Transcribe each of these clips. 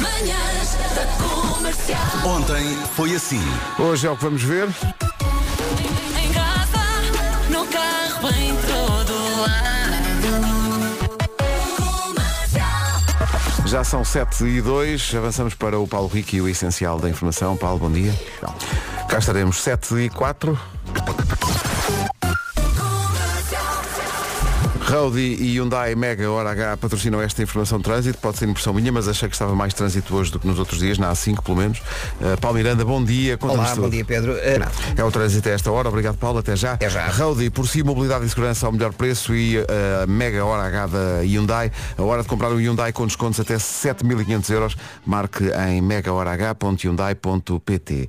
Manhãs da Comercial. Ontem foi assim. Hoje é o que vamos ver. Em casa, no carro, em todo lado. Comercial. Já são 7h02, avançamos para o Paulo Rico e o essencial da informação. Paulo, bom dia. Cá estaremos 7h04. Audi e Hyundai Mega Hora H patrocinam esta informação de trânsito. Pode ser impressão minha, mas achei que estava mais trânsito hoje do que nos outros dias, na A5 pelo menos. Paulo Miranda, bom dia. Olá, bom dia, Pedro. É o trânsito a esta hora. Obrigado, Paulo. Até já. Até já. Audi, por si, mobilidade e segurança ao melhor preço e Mega Hora H da Hyundai. A hora de comprar um Hyundai com descontos até 7.500 euros. Marque em megahorah.hyundai.pt.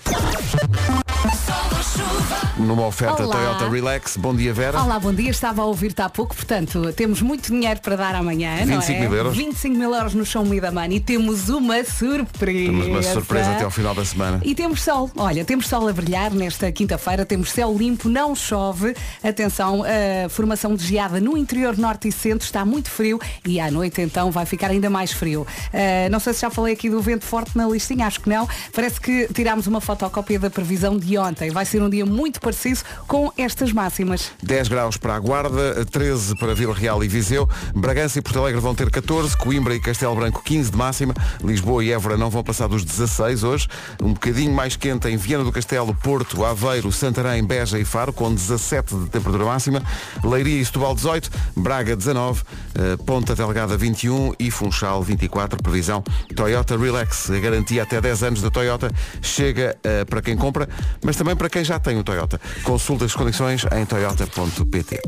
Numa oferta Olá. Toyota Relax. Bom dia, Vera. Olá, bom dia. Estava a ouvir-te há pouco, portanto, temos muito dinheiro para dar amanhã, 25 não é? mil euros. 25 mil euros no Show Me da Money. E temos uma surpresa. Temos uma surpresa até ao final da semana. E temos sol. Olha, temos sol a brilhar nesta quinta-feira. Temos céu limpo, não chove. Atenção, a formação de geada no interior norte e centro está muito frio e à noite então vai ficar ainda mais frio. Não sei se já falei aqui do vento forte na listinha, acho que não. Parece que tirámos uma fotocópia da previsão de ontem. Vai ser um dia muito parecido com estas máximas. 10 graus para a Guarda, 13 para Vila Real e Viseu, Bragança e Porto Alegre vão ter 14, Coimbra e Castelo Branco 15 de máxima, Lisboa e Évora não vão passar dos 16 hoje, um bocadinho mais quente em Viana do Castelo, Porto, Aveiro, Santarém, Beja e Faro, com 17 de temperatura máxima, Leiria e Setúbal 18, Braga 19, Ponta Delgada 21 e Funchal 24, previsão Toyota Relax, a garantia até 10 anos da Toyota chega para quem compra, mas também para quem já tem o Toyota. Consulta as condições em toyota.pt.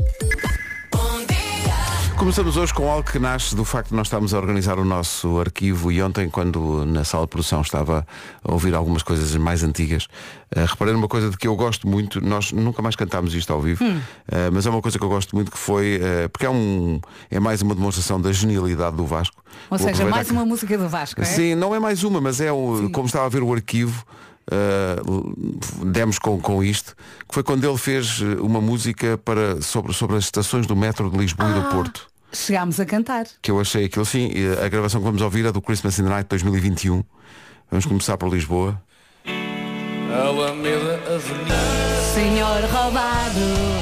Começamos hoje com algo que nasce do facto de nós estarmos a organizar o nosso arquivo e ontem, quando na sala de produção estava a ouvir algumas coisas mais antigas, reparei numa coisa de que eu gosto muito. Nós nunca mais cantámos isto ao vivo, mas é uma coisa que eu gosto muito, que foi porque é mais uma demonstração da genialidade do Vasco. Ou seja, mais uma música do Vasco, é? Sim, não é mais uma, mas é como estava a ver o arquivo. Demos com isto, que foi quando ele fez uma música sobre as estações do metro de Lisboa e do Porto. Chegámos a cantar. Que eu achei aquilo sim. A gravação que vamos ouvir é do Christmas in the Night 2021. Vamos começar por Lisboa. Alameda Avenida, Senhor roubado.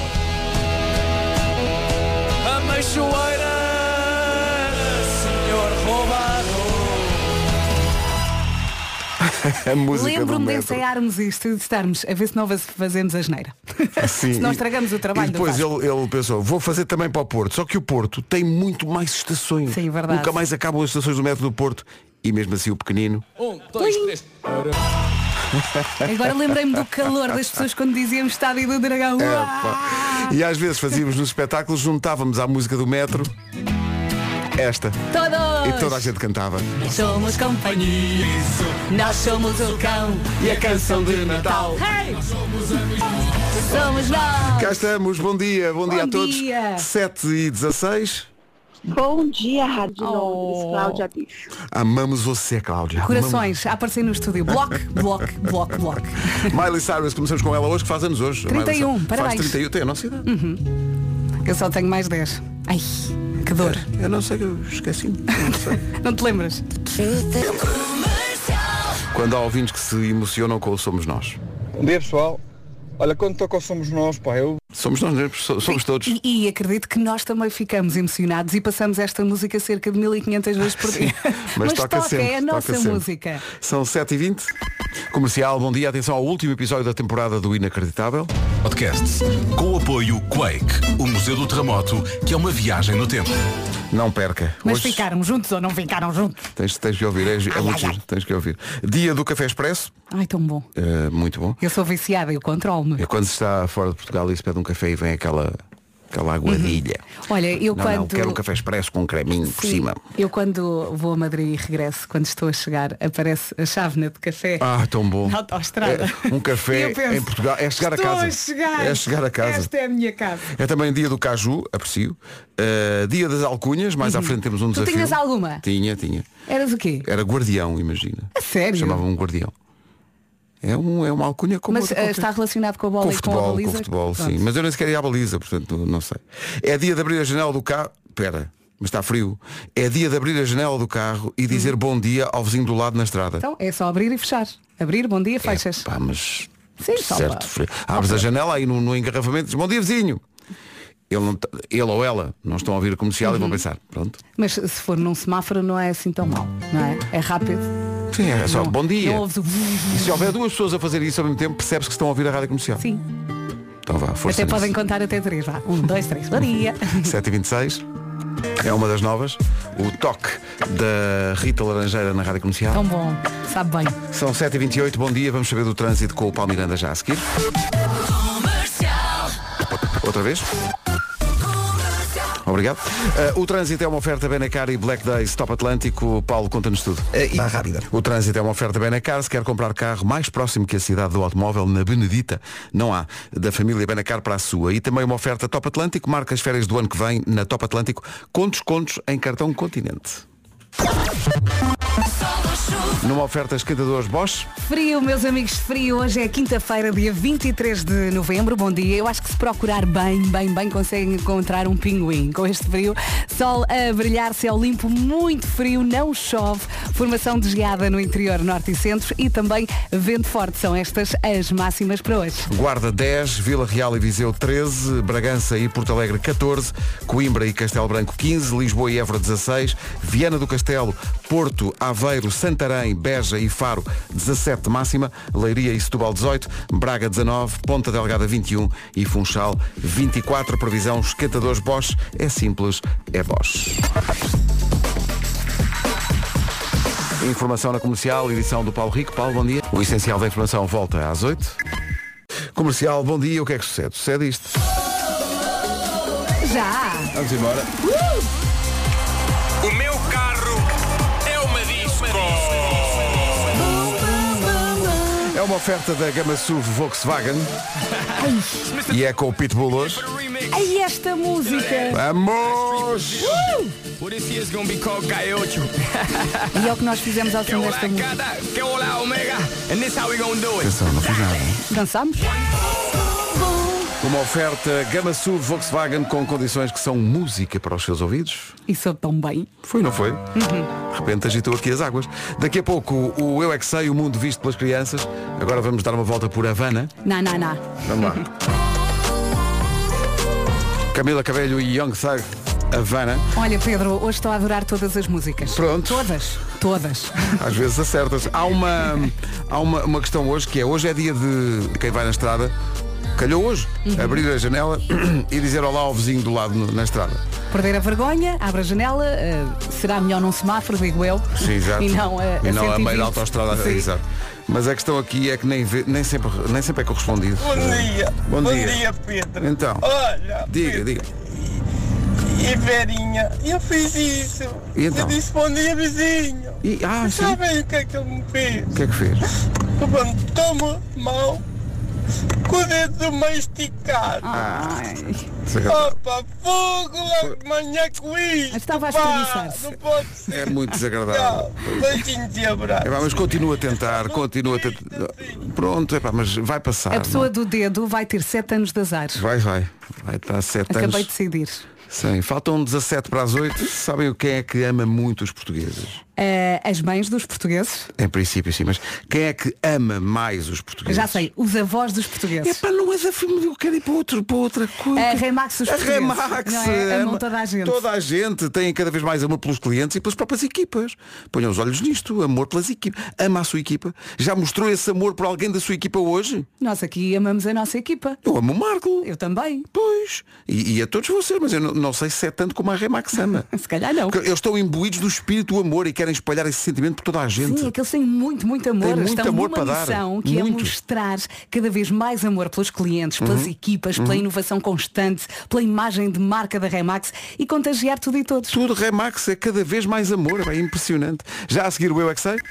a Meixoeira, Senhor roubado. A música do Lembro-me de metro. ensaiarmos isto e de estarmos a ver se não fazemos a geneira. Sim, Se não estragamos o trabalho e depois do Vasco. ele pensou, vou fazer também para o Porto. Só que o Porto tem muito mais estações. Sim, verdade. Nunca mais acabam as estações do metro do Porto. E mesmo assim o pequenino. 1, 2, 3. Agora lembrei-me do calor das pessoas quando dizíamos Estádio do Dragão. Epá. E às vezes fazíamos nos espetáculos, juntávamos à música do metro esta. Todos! E toda a gente cantava. Somos companhia, nós somos o cão E a canção de Natal. Hey! Somos nós! Cá estamos, bom dia a todos. dia. 7h16. Bom dia, Rádio de Oh. Londres, Cláudia Bicho. Amamos você, Cláudia. Corações a aparecer no estúdio. Bloco, bloco, bloco, bloco. Miley Cyrus, começamos com ela hoje, que faz anos hoje. 31, Miley Cyrus parabéns. Faz 31, tem a nossa idade. Eu só tenho mais 10. Ai, que dor. Eu não sei, eu esqueci-me. Não sei. Não te lembras? Quando há ouvintes que se emocionam com o Somos Nós. Bom dia, pessoal. Olha, quando toca o Somos Nós, pá, eu... Somos nós, somos todos. E acredito que nós também ficamos emocionados e passamos esta música cerca de 1500 vezes por dia. Mas toca sempre, é a toca nossa sempre. música. São 7h20. Comercial, bom dia. Atenção ao último episódio da temporada do Inacreditável. Podcast com o apoio Quake, o Museu do Terremoto, que é uma viagem no tempo. Não perca. Mas Hoje ficaram juntos ou não ficaram juntos? tens que ouvir, é muito giro, tens que ouvir. Dia do Café Expresso, Ai, tão bom. muito bom. Eu sou viciada, eu controlo-me. É quando se está fora de Portugal e se pede um café e vem aquela aguadilha. Olha, eu Não, quando... não, quero um café expresso com um creminho por Sim, cima. eu quando vou a Madrid e regresso, quando estou a chegar, aparece a chávena de café Ah, tão bom. na autoestrada. Um café E eu penso, em Portugal é chegar a estou casa. a chegar. É chegar a casa. Esta é a minha casa. É também dia do caju, aprecio. Dia das alcunhas, mais à frente temos um Tu desafio. tinhas alguma? Tinha. Eras o quê? Era guardião, imagina. A sério? Chamavam-me guardião. É uma alcunha como Mas outra qualquer. está relacionado com a bola Com e com a futebol, baliza? com futebol, sim. Pronto. Mas eu nem sequer ia à baliza, portanto, não sei. É dia de abrir a janela do carro. Espera, mas está frio, é dia de abrir a janela do carro e dizer bom dia ao vizinho do lado na estrada. Então é só abrir e fechar. Abrir, bom dia, fechas. Pá, mas Sim, só certo, para- frio. Abres a janela aí no engarrafamento e dizes bom dia vizinho. Ele ou ela não estão a ouvir a comercial e vão pensar, pronto. Mas se for num semáforo não é assim tão mal, não é? É rápido. Sim, é só Não- bom dia. Não ouves o... E se houver duas pessoas a fazer isso ao mesmo tempo, percebes que estão a ouvir a rádio comercial. Sim. Então vá, força Até nisso. podem contar até 3, vá. 1, 2, 3. Bom dia. 7h26. É uma das novas. O toque da Rita Laranjeira na rádio comercial. Tão bom. Sabe bem. São 7h28, bom dia. Vamos saber do trânsito com o Paulo Miranda já a seguir. Outra vez? Obrigado. O trânsito é uma oferta Benacar e Black Days Top Atlântico. Paulo, conta-nos tudo. Rápida. O trânsito é uma oferta Benacar. Se quer comprar carro mais próximo que a cidade do automóvel, na Benedita, não há. Da família Benacar para a sua. E também uma oferta Top Atlântico. Marca as férias do ano que vem na Top Atlântico com descontos em cartão Continente. Numa oferta esquentadores Bosch. Frio, meus amigos, frio. Hoje é quinta-feira, dia 23 de novembro. Bom dia. Eu acho que se procurar bem, conseguem encontrar um pinguim. Com este frio, sol a brilhar, céu limpo, muito frio, não chove. Formação de geada no interior, norte e centro e também vento forte. São estas as máximas para hoje. Guarda 10, Vila Real e Viseu 13, Bragança e Porto Alegre 14, Coimbra e Castelo Branco 15, Lisboa e Évora 16, Viana do Castelo, Porto, Aveiro, Santarém, Beja e Faro 17 de máxima, Leiria e Setúbal 18, Braga 19, Ponta Delgada 21 e Funchal 24. Previsão esquentadores Bosch. É simples, é Bosch. Informação na comercial, edição do Paulo Rico. Paulo, bom dia. O essencial da informação volta às 8. Comercial, bom dia. O que é que sucede? Sucede isto. Já! Vamos embora. O meu carro é uma disco. É uma oferta da gama SUV Volkswagen e é com o Pitbull hoje. Ai, esta música! Vamos! Well, this year's gonna be called Gaiocho. E é o que nós fizemos ao Que som hola desta música. gata, que hola omega. And this how we gonna do it. Atenção, não fiz nada. Dançamos? Uma oferta gama SUV Volkswagen com condições que são música para os seus ouvidos. E soube tão bem. Foi, não foi? De repente agitou aqui as águas. Daqui a pouco o Eu É Que Sei, o mundo visto pelas crianças. Agora vamos dar uma volta por Havana. Não. Vamos lá. Camila Cabello e Young Thug, Havana. Olha, Pedro, hoje estou a adorar todas as músicas. Pronto. Todas. Às vezes acertas. Há uma questão hoje que é, hoje é dia de quem vai na estrada, calhou hoje, abrir a janela e dizer olá ao vizinho do lado na estrada. Perder a vergonha, abre a janela, será melhor num semáforo, digo eu. Sim, exato. E não a a 120. meio da autoestrada. Sim. Exato. Mas a questão aqui é que nem sempre é correspondido. Bom dia. Bom dia. dia, Pedro. Então, Olha, diga. e Verinha, eu fiz isso. E então? Eu disse bom dia, vizinho. Sim. Sabem o que é que ele me fez? O que é que fez? Levantou-me mal com o dedo meio esticado. Ai, Opa, fogo logo de manhã com isto. Estava a pá. espreguiçar-se. Não pode ser. É muito desagradável. Beijinhos e abraços. Mas continua a tentar. Pronto, mas vai passar. a pessoa não? do dedo vai ter 7 anos de azar. Vai estar 7 Acabei anos. de decidir. Sim, faltam 17 para as 8. Sabem o que é que ama muito os portugueses? As mães dos portugueses, Em princípio sim, mas quem é que ama mais os portugueses? já sei, os avós dos portugueses. Não é desafio, eu quero ir para outra coisa. A Remax dos A portugueses. Remax, Não é? Amam ama toda a gente. Toda a gente tem cada vez mais amor pelos clientes e pelas próprias equipas. Ponham os olhos nisto, amor pelas equipas. Ama a sua equipa. Já mostrou esse amor por alguém da sua equipa hoje? Nós aqui amamos a nossa equipa. Eu amo o Marco. Eu também. Pois. E a todos vocês, mas eu não sei se é tanto como a Remax ama. Se calhar não. Porque eles estão imbuídos do espírito do amor e querem espalhar esse sentimento por toda a gente. Sim, é que eles têm muito amor. Tem muito Estão amor numa para dar. missão que é Muito. mostrar cada vez mais amor pelos clientes, pelas equipas, pela inovação constante, pela imagem de marca da Remax e contagiar tudo e todos. Tudo Remax é cada vez mais amor, é impressionante. Já a seguir o Eu É Que Sei?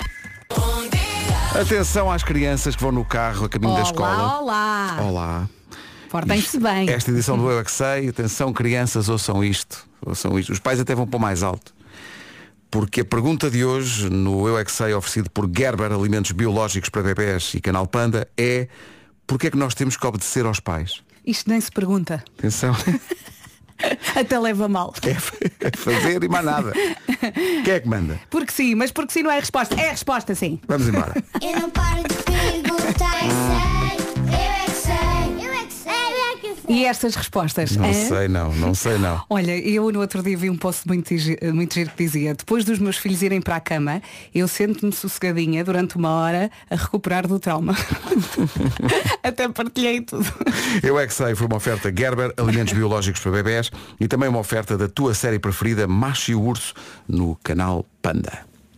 Atenção às crianças que vão no carro a caminho da escola. Olá. Olá. Portem-se bem. Esta edição do Eu É Que Sei, atenção crianças, ouçam isto. Os pais até vão pôr mais alto. Porque a pergunta de hoje, no Eu É Que Sei, oferecido por Gerber Alimentos Biológicos para Bebés e Canal Panda, é: porquê é que nós temos que obedecer aos pais? Isto nem se pergunta. Atenção. Até leva mal. É fazer e mais nada. Quem é que manda? Porque sim, mas porque sim não é resposta. É a resposta, sim. Vamos embora. Eu não paro de perguntar, eu é que sei, eu é que sei, eu é que sei. E estas respostas? Não hã? sei não. Olha, eu no outro dia vi um post muito giro que dizia: depois dos meus filhos irem para a cama, eu sento-me sossegadinha durante 1 hora a recuperar do trauma. Até partilhei tudo. Eu é que sei, foi uma oferta Gerber, alimentos biológicos para bebés, e também uma oferta da tua série preferida, Macho e o Urso, no canal Panda.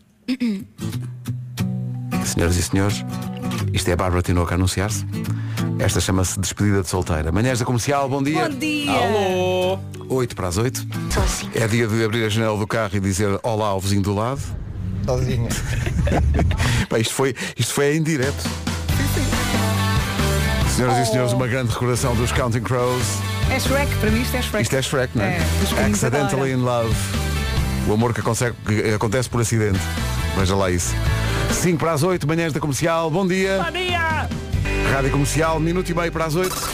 Senhoras e senhores, isto é a Bárbara Tinoco a anunciar-se. Esta chama-se Despedida de Solteira. Manhãs da Comercial, bom dia. Bom dia! Alô! 8 para as 8. É dia de abrir a janela do carro e dizer olá ao vizinho do lado. Sozinha. Pá, isto foi em direto. Senhoras e senhores, uma grande recordação dos Counting Crows. É Shrek, para mim isto é Shrek. Isto é Shrek, não é? Os pequeninos Accidentally adoram. in Love. O amor que acontece por acidente. Veja lá isso. 5 para as 8, manhãs da Comercial, bom dia. Bom dia! Rádio Comercial, 1:30 para as 8.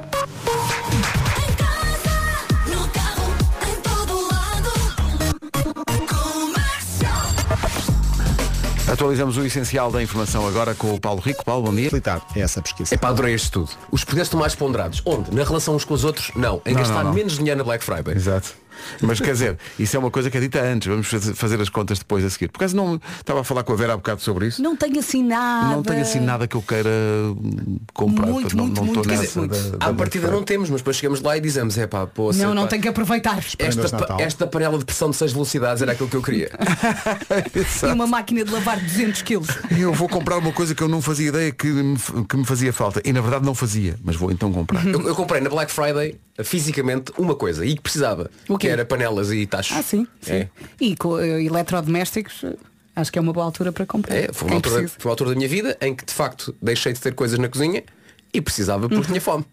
Em casa, no carro, em todo lado. Comercial. Atualizamos o essencial da informação agora com o Paulo Rico. Paulo, bom dia. Facilitar essa pesquisa. Epá, adorei este estudo. Os portugueses estão mais ponderados. Onde? Na relação uns com os outros? Não. Em gastar não. menos dinheiro na Black Friday. Exato. Mas quer dizer, isso é uma coisa que é dita antes. Vamos fazer as contas depois a seguir. Por acaso não estava a falar com a Vera há bocado sobre isso. Não tenho assim nada. Não tenho assim nada que eu queira comprar. Muito, não muito, estou muito, nessa. muito. À partida não temos, mas depois chegamos lá e dizemos, epá, poça, Não epá, tenho que aproveitar. Prendas de Natal. esta panela de pressão de 6 velocidades era aquilo que eu queria. E uma máquina de lavar 200 quilos. Eu vou comprar uma coisa que eu não fazia ideia que me fazia falta. E na verdade não fazia, mas vou então comprar. Eu comprei na Black Friday fisicamente uma coisa e que precisava. O quê? Que era panelas e tachos. Ah, sim. É. E com eletrodomésticos, acho que é uma boa altura para comprar. Foi Quem uma altura precisa. da minha vida em que de facto deixei de ter coisas na cozinha e precisava porque tinha fome.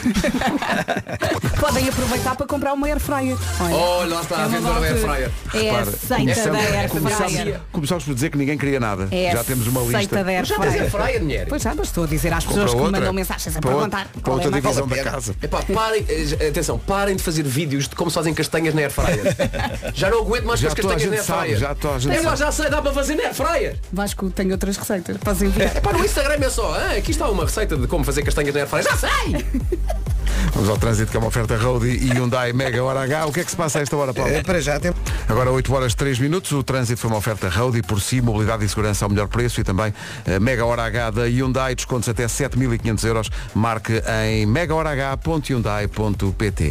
Podem aproveitar para comprar uma air fryer. Olha, lá está a uma vendedora boa da air altura. fryer. É a seita da air fryer. Começámos por dizer que ninguém queria nada. É Já temos uma seita lista da air Já tens air fryer. fryer, mulher? Pois já, mas estou a dizer às pessoas que me outra. mandam mensagens a Para perguntar. para qual é outra a mais divisão da barata. casa. Epá, atenção, parem de fazer vídeos de como se fazem castanhas na air fryer. Já não aguento mais Já com as toda a castanhas na gente air sabe, fryer. já toda a gente Epá, sabe. já sei, dá para fazer na air fryer. Vasco tem outras receitas para enviar. Epá, no Instagram é só, aqui está uma receita de como fazer castanhas na air fryer. Já sei! Vamos ao trânsito, que é uma oferta Road e Hyundai Mega Hora H. O que é que se passa a esta hora, Paulo? Para já tem. Agora 8 horas 3 minutos. O trânsito foi uma oferta Road e por si, mobilidade e segurança ao melhor preço e também Mega Hora H da Hyundai. Descontos até 7.500 euros. Marque em megahorah.hyundai.pt.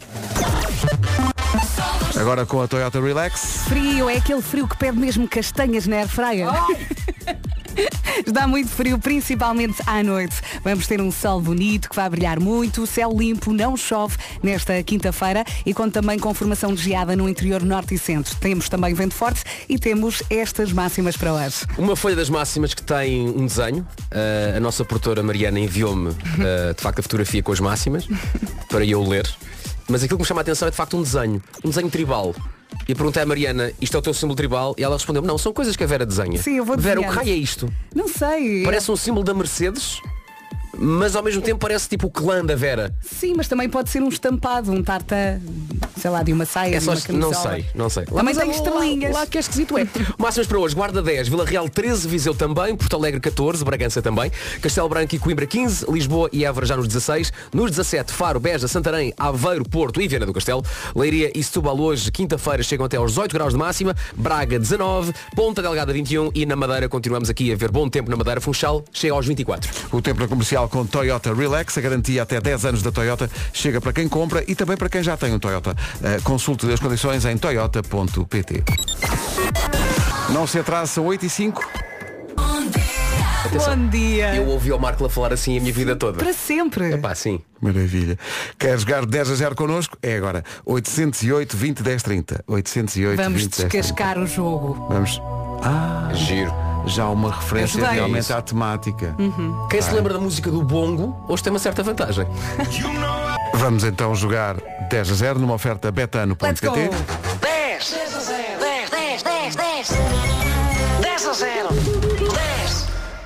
Agora com a Toyota Relax. Frio, é aquele frio que pede mesmo castanhas na air fryer. Está muito frio, principalmente à noite. Vamos ter um sol bonito que vai brilhar muito, céu limpo, não chove nesta quinta-feira e conta também com formação de geada no interior norte e centro. Temos também vento forte e temos estas máximas para hoje. Uma folha das máximas que tem um desenho. A nossa produtora Mariana enviou-me de facto a fotografia com as máximas para eu ler. Mas aquilo que me chama a atenção é de facto um desenho tribal. E perguntei à Mariana, isto é o teu símbolo tribal? E ela respondeu, não, são coisas que a Vera desenha. Sim, eu vou Vera, o desenhar. que raio é isto? Não sei. Parece um símbolo da Mercedes, mas ao mesmo tempo parece tipo o clã da Vera. Sim, mas também pode ser um estampado, um tarta, sei lá, de uma saia, É de só, uma camisola. não sei. Também tem estrelinhas. Lá que é esquisito é. Máximas para hoje, Guarda 10, Vila Real 13, Viseu também, Porto Alegre 14, Bragança também, Castelo Branco e Coimbra 15, Lisboa e Évora já nos 16, nos 17, Faro, Beja, Santarém, Aveiro, Porto e Viana do Castelo, Leiria e Setúbal hoje, quinta-feira, chegam até aos 18 graus de máxima, Braga 19, Ponta Delgada 21 e na Madeira continuamos aqui a ver bom tempo na Madeira, Funchal chega aos 24. O tempo na comercial com Toyota Relax, a garantia até 10 anos da Toyota chega para quem compra e também para quem já tem um Toyota. Consulte as condições em toyota.pt. Não se atrasa, são 8h05. Atenção, Bom dia. eu ouvi o Marco falar assim a minha vida toda. Para sempre. Epá, sim. Maravilha. Quer jogar 10-0 connosco? É agora. 808 20 10 30. 808 Vamos 20 10 30. descascar o jogo. Vamos. Giro. Já uma referência Ajudei. realmente Isso. à temática. Quem se lembra da música do bongo, hoje tem uma certa vantagem. Vamos então jogar 10-0 numa oferta Let's go. betano.pt. 10 a 0. 10 a 0. 10.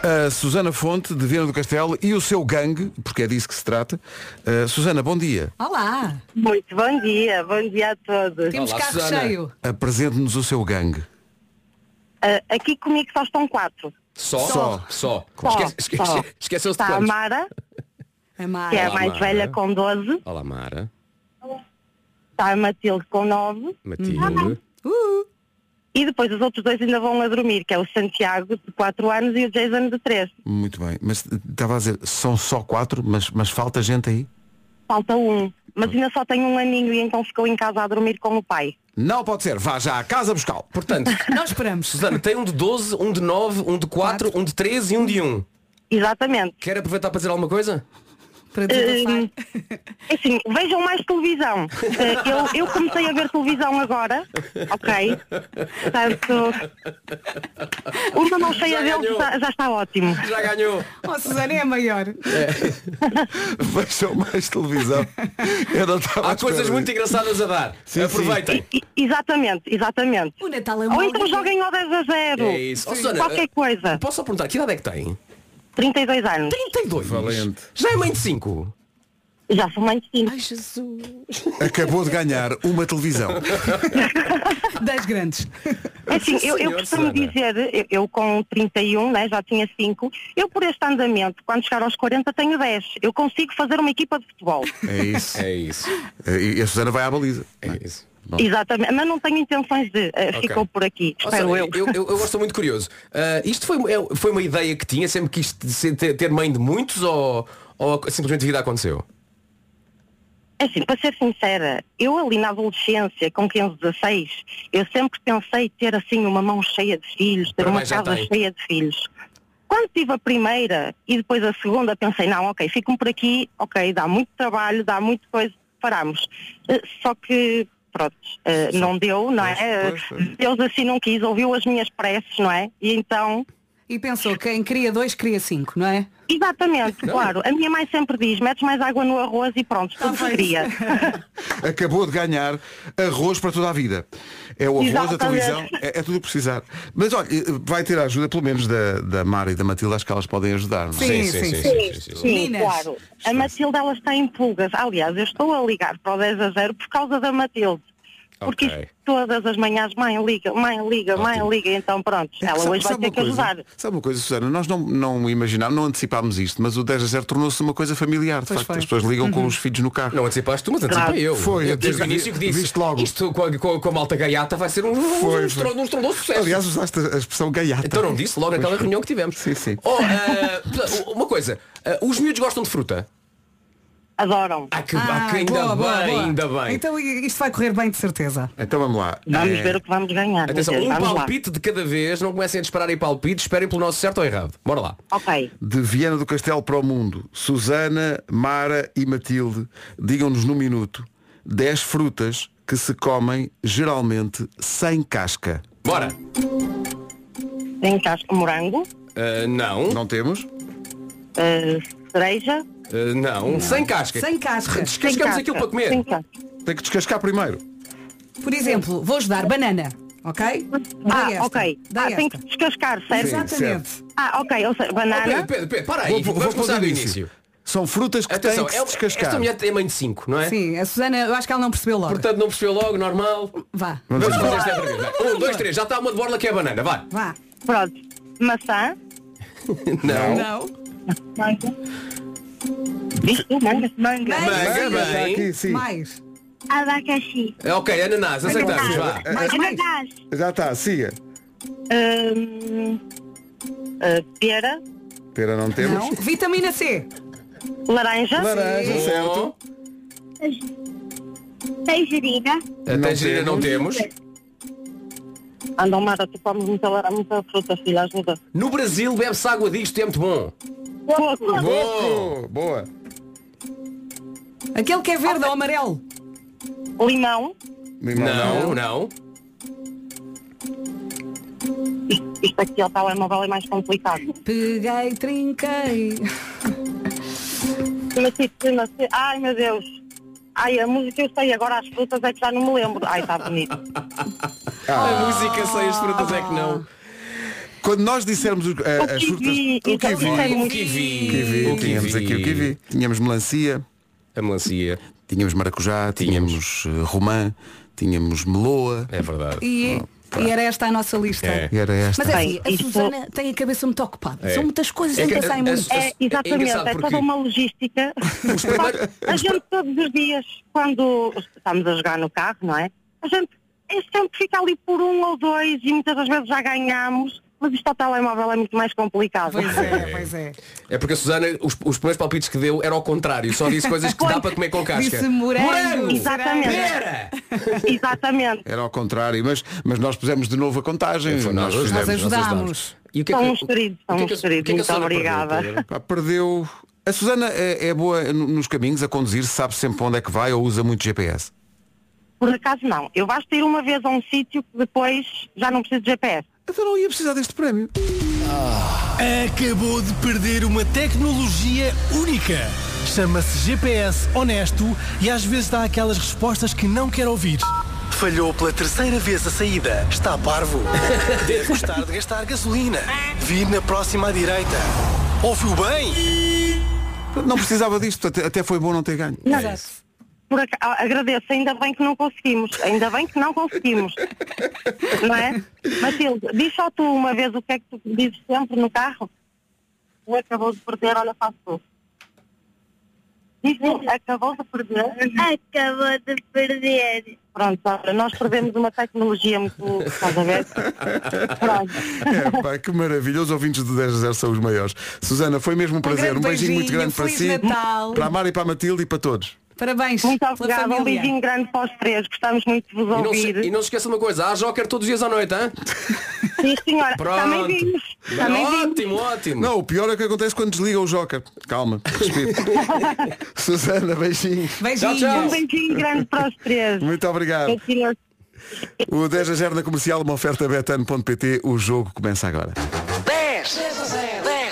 A Susana Fonte, de Viana do Castelo, e o seu gangue, porque é disso que se trata. Susana, bom dia. Olá. Muito bom dia a todos. Temos Olá, carro Susana. cheio. Apresente-nos o seu gangue. Aqui comigo só estão 4. Só. Esqueceu-se de Está a quantos? Mara, A Mara. que é a Olá, mais Mara. velha, com 12. Olá, Mara. Está a Matilde, com 9. Matilde. E depois os outros 2 ainda vão a dormir, que é o Santiago, de 4 anos, e o Jason, de 3. Muito bem. Mas estava a dizer, são só 4, mas falta gente aí? Falta 1. Mas ainda só tem 1 aninho e então ficou em casa a dormir com o pai. Não pode ser. Vá já à casa buscá-lo. Portanto, Nós esperamos. Susana, tem um de 12, um de 9, um de 4, um de 13 e um de 1. Exatamente. Quer aproveitar para dizer alguma coisa? Para desabafar. Assim, vejam mais televisão. Eu comecei a ver televisão agora, ok? Portanto, uma mão cheia Já deles ganhou. já está ótimo. Já ganhou. Oh, Susana é a maior. Vejam mais televisão. Eu não estava à Há espera coisas muito disso. engraçadas a dar. Sim, Aproveitem. Exatamente. O Natal é Ou uma então alegria. joguem ao 10-0. É isso. Oh, Susana, Qualquer coisa. Posso só perguntar, que idade é que tem? 32 anos. 32. Valente. Já é mãe de 5. Já sou mãe de 5. Ai, Jesus. Acabou de ganhar uma televisão. 10 grandes. Assim, eu Senhor, costumo Susana. dizer, eu com 31, né, já tinha 5, eu por este andamento, quando chegar aos 40 tenho 10. Eu consigo fazer uma equipa de futebol. É isso. É isso. E a Susana vai à baliza. É isso. Bom. Exatamente, mas não tenho intenções de. Ficou por aqui, Ó, espero Susana, eu. eu gosto muito curioso. Isto foi uma ideia que tinha, sempre quis ter mãe de muitos ou simplesmente a vida aconteceu? Assim, para ser sincera, eu ali na adolescência, com 15, 16, eu sempre pensei ter assim uma mão cheia de filhos, ter Para uma mais já casa tem. cheia de filhos. Quando tive a primeira e depois a segunda, pensei, não, ok, ficam por aqui, ok, dá muito trabalho, dá muita coisa, paramos. Só que, pronto, não deu, não é? Pois. Deus assim não quis, ouviu as minhas preces, não é? E então... E pensou, quem cria 2, cria 5, não é? Exatamente, claro. A minha mãe sempre diz, metes mais água no arroz e pronto, tudo se cria. Acabou de ganhar arroz para toda a vida. É o arroz, a Exatamente. televisão, é tudo o que precisar. Mas olha, vai ter a ajuda pelo menos da Mara e da Matilde, acho que elas podem ajudar, não é? Sim, Meninas. claro. A Matilde, ela está em pulgas. Aliás, eu estou a ligar para o 10-0 por causa da Matilde. Porque Ok. isto, todas as manhãs, mãe liga, então pronto, ela hoje vai ter que ajudar. Sabe uma coisa, Susana? Nós não imaginámos, não antecipámos isto, mas o 10-0 tornou-se uma coisa familiar. De Pois facto, foi. as pessoas ligam com os filhos no carro. Não antecipaste tu, mas antecipei eu. Foi, Eu, desde o vi- início que disse. viste logo. Isto com a malta gaiata vai ser um Foi. estrondoso sucesso. Aliás, usaste a expressão gaiata. Então não disse logo naquela reunião que tivemos. Sim. Oh, uma coisa, os miúdos gostam de fruta? Adoram. Ainda bem. Então isto vai correr bem de certeza. Então vamos lá. Vamos ver o que vamos ganhar. Atenção, meu Deus, um vamos lá. palpite de cada vez, não comecem a disparar aí palpites, esperem pelo nosso certo ou errado. Bora lá. Ok. De Viana do Castelo para o mundo, Susana, Mara e Matilde, digam-nos num minuto 10 frutas que se comem geralmente sem casca. Bora. Tem casca morango, Não. Não temos? cereja. Não. Sem casca. Sem casca. Descascamos sem aquilo casca, para comer. sem casca. Tem que descascar primeiro. Por exemplo, vou ajudar banana, ok? Dá esta. Ok. Dá Tem esta. que descascar, certo? Exatamente. Ok, ou seja, banana. Pedro, para aí. Vamos começar do início. São frutas que Atenção, têm que se descascar. esta mulher tem mãe de 5, não é? Sim, a Susana, eu acho que ela não percebeu logo. Portanto não percebeu logo, normal. Vá. Vamos fazer esta outra vez. Vai. 1, 2, 3, já está uma de borla que é a banana, vai. Vá. Pronto. Maçã. Não. Não. Manga. Viste? Manga. Manga. Manga, Está bem. aqui, sim. Mais. Abacaxi. Ok, ananás, acertamos, vá. Mais. Ananás. Já está, siga. Pera. Pera não temos. Não. Vitamina C. Laranja. Laranja, certo. Tangerina. A tangerina não temos. Andam, Mara, tu comes muita fruta, filha, ajuda. No Brasil bebe-se água disto, é muito bom. Coco. Bom. Boa. Aquele que é verde ou amarelo. Limão. Não. Isto aqui ao telemóvel é mais complicado. Peguei, trinquei. Ai, meu Deus. Ai, a música eu sei, agora as frutas é que já não me lembro. Ai, está bonito. A música sem as frutas é que não. Quando nós dissermos as frutas... O kiwi. Kiwi. Tínhamos aqui o kiwi. Tínhamos melancia. A melancia. Tínhamos maracujá, tínhamos romã, tínhamos meloa. É verdade. E era esta a nossa lista. E era esta. Mas é assim, a Susana tem a cabeça muito ocupada. São muitas coisas em pensar em muito. Exatamente, é porque toda uma logística. A gente todos os dias, quando estamos a jogar no carro, não é? A gente sempre fica ali por 1 ou 2 e muitas das vezes já ganhamos. Mas isto ao telemóvel é muito mais complicado. Pois é. É porque a Susana, os primeiros palpites que deu era ao contrário. Só disse coisas que dá para comer com casca. Disse morango. Exatamente. Pera! Exatamente. Era ao contrário, mas nós pusemos de novo a contagem. Nós ajudámos. E o que é São uns queridos, muito obrigada. Pá, perdeu. A Susana é boa nos caminhos a conduzir, sabe sempre para onde é que vai ou usa muito GPS? Por acaso não. Eu basta ir uma vez a um sítio que depois já não preciso de GPS. Então não ia precisar deste prémio. Acabou de perder uma tecnologia única. Chama-se GPS honesto e às vezes dá aquelas respostas que não quer ouvir. Falhou pela 3ª vez a saída. Está parvo. Deve gostar de gastar gasolina. Vir na próxima à direita. Ouviu bem? Não precisava disto, até foi bom não ter ganho. Agradeço, ainda bem que não conseguimos. Não é? Matilde, diz só tu uma vez o que é que tu dizes sempre no carro. O acabou de perder, olha, faço tu. Diz, acabou de perder. Acabou de perder. Pronto, olha, nós perdemos uma tecnologia muito... Estás a ver? Pronto. Pá, que maravilha, os ouvintes do 10 a 0 são os maiores. Susana, foi mesmo um prazer, um beijinho muito grande para si, Natal. para a Mara e para a Matilde e para todos. Parabéns. Muito obrigada, um beijinho grande para os 3, gostamos muito de vos ouvir. E não se esqueça uma coisa, há Joker todos os dias à noite, hein? Sim, senhora. Pronto. Também vimos. Ótimo. Não, o pior é o que acontece quando desliga o Joker. Calma, respira. Susana, beijinhos. Tchau. Um beijinho grande para os 3. Muito obrigado. O 10 a 0 na comercial, uma oferta betano.pt, o jogo começa agora. 10 a 0.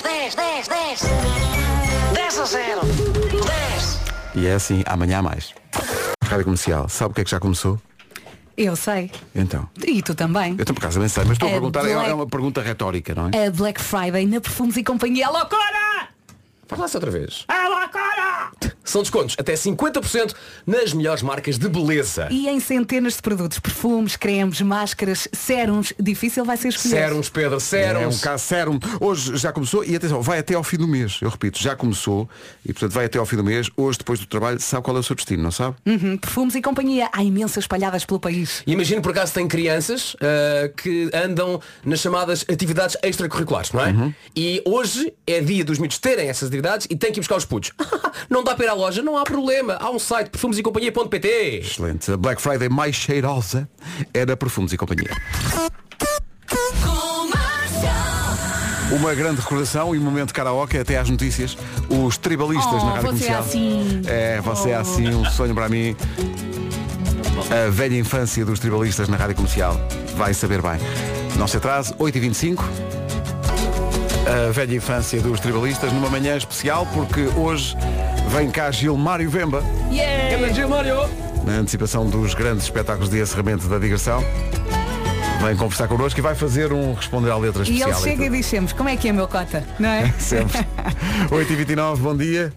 10 a 0. 10. E é assim, amanhã há mais. Rádio Comercial, sabe o que é que já começou? Eu sei. Então. E tu também. Eu por acaso também sei, mas estou a perguntar, Black... é uma pergunta retórica, não é? A Black Friday na Perfumes e Companhia. Loucura! Faz lá-se outra vez. É loucura! São descontos até 50% nas melhores marcas de beleza. E em centenas de produtos, perfumes, cremes, máscaras, sérums. Difícil vai ser escolher. Sérums, Pedro, sérums. É um caso sérum. Hoje já começou e atenção, vai até ao fim do mês. Eu repito, já começou e portanto vai até ao fim do mês. Hoje, depois do trabalho, sabe qual é o seu destino, não sabe? Perfumes e Companhia. Há imensas espalhadas pelo país. E imagino por acaso tem crianças que andam nas chamadas atividades extracurriculares, não é? E hoje é dia dos miúdos terem essas atividades e têm que ir buscar os putos. Não dá para ir à loja, não há problema. Há um site, perfumesecompanhia.pt. Excelente. A Black Friday mais cheirosa era Perfumes e Companhia. Uma grande recordação e um momento de karaoke até às notícias. Os tribalistas na Rádio Comercial. Assim. Você é assim, um sonho para mim. A velha infância dos tribalistas na Rádio Comercial. Vai saber bem. Não se atrase, 8h25. A velha infância dos tribalistas numa manhã especial porque hoje vem cá Gilmário Vemba. Gilmário! Na antecipação dos grandes espetáculos de encerramento da digressão. Vem conversar connosco e vai fazer um responder à letra especial. E ele chega e diz sempre, como é que é, meu cota? Não é? Sempre. 8h29, bom dia.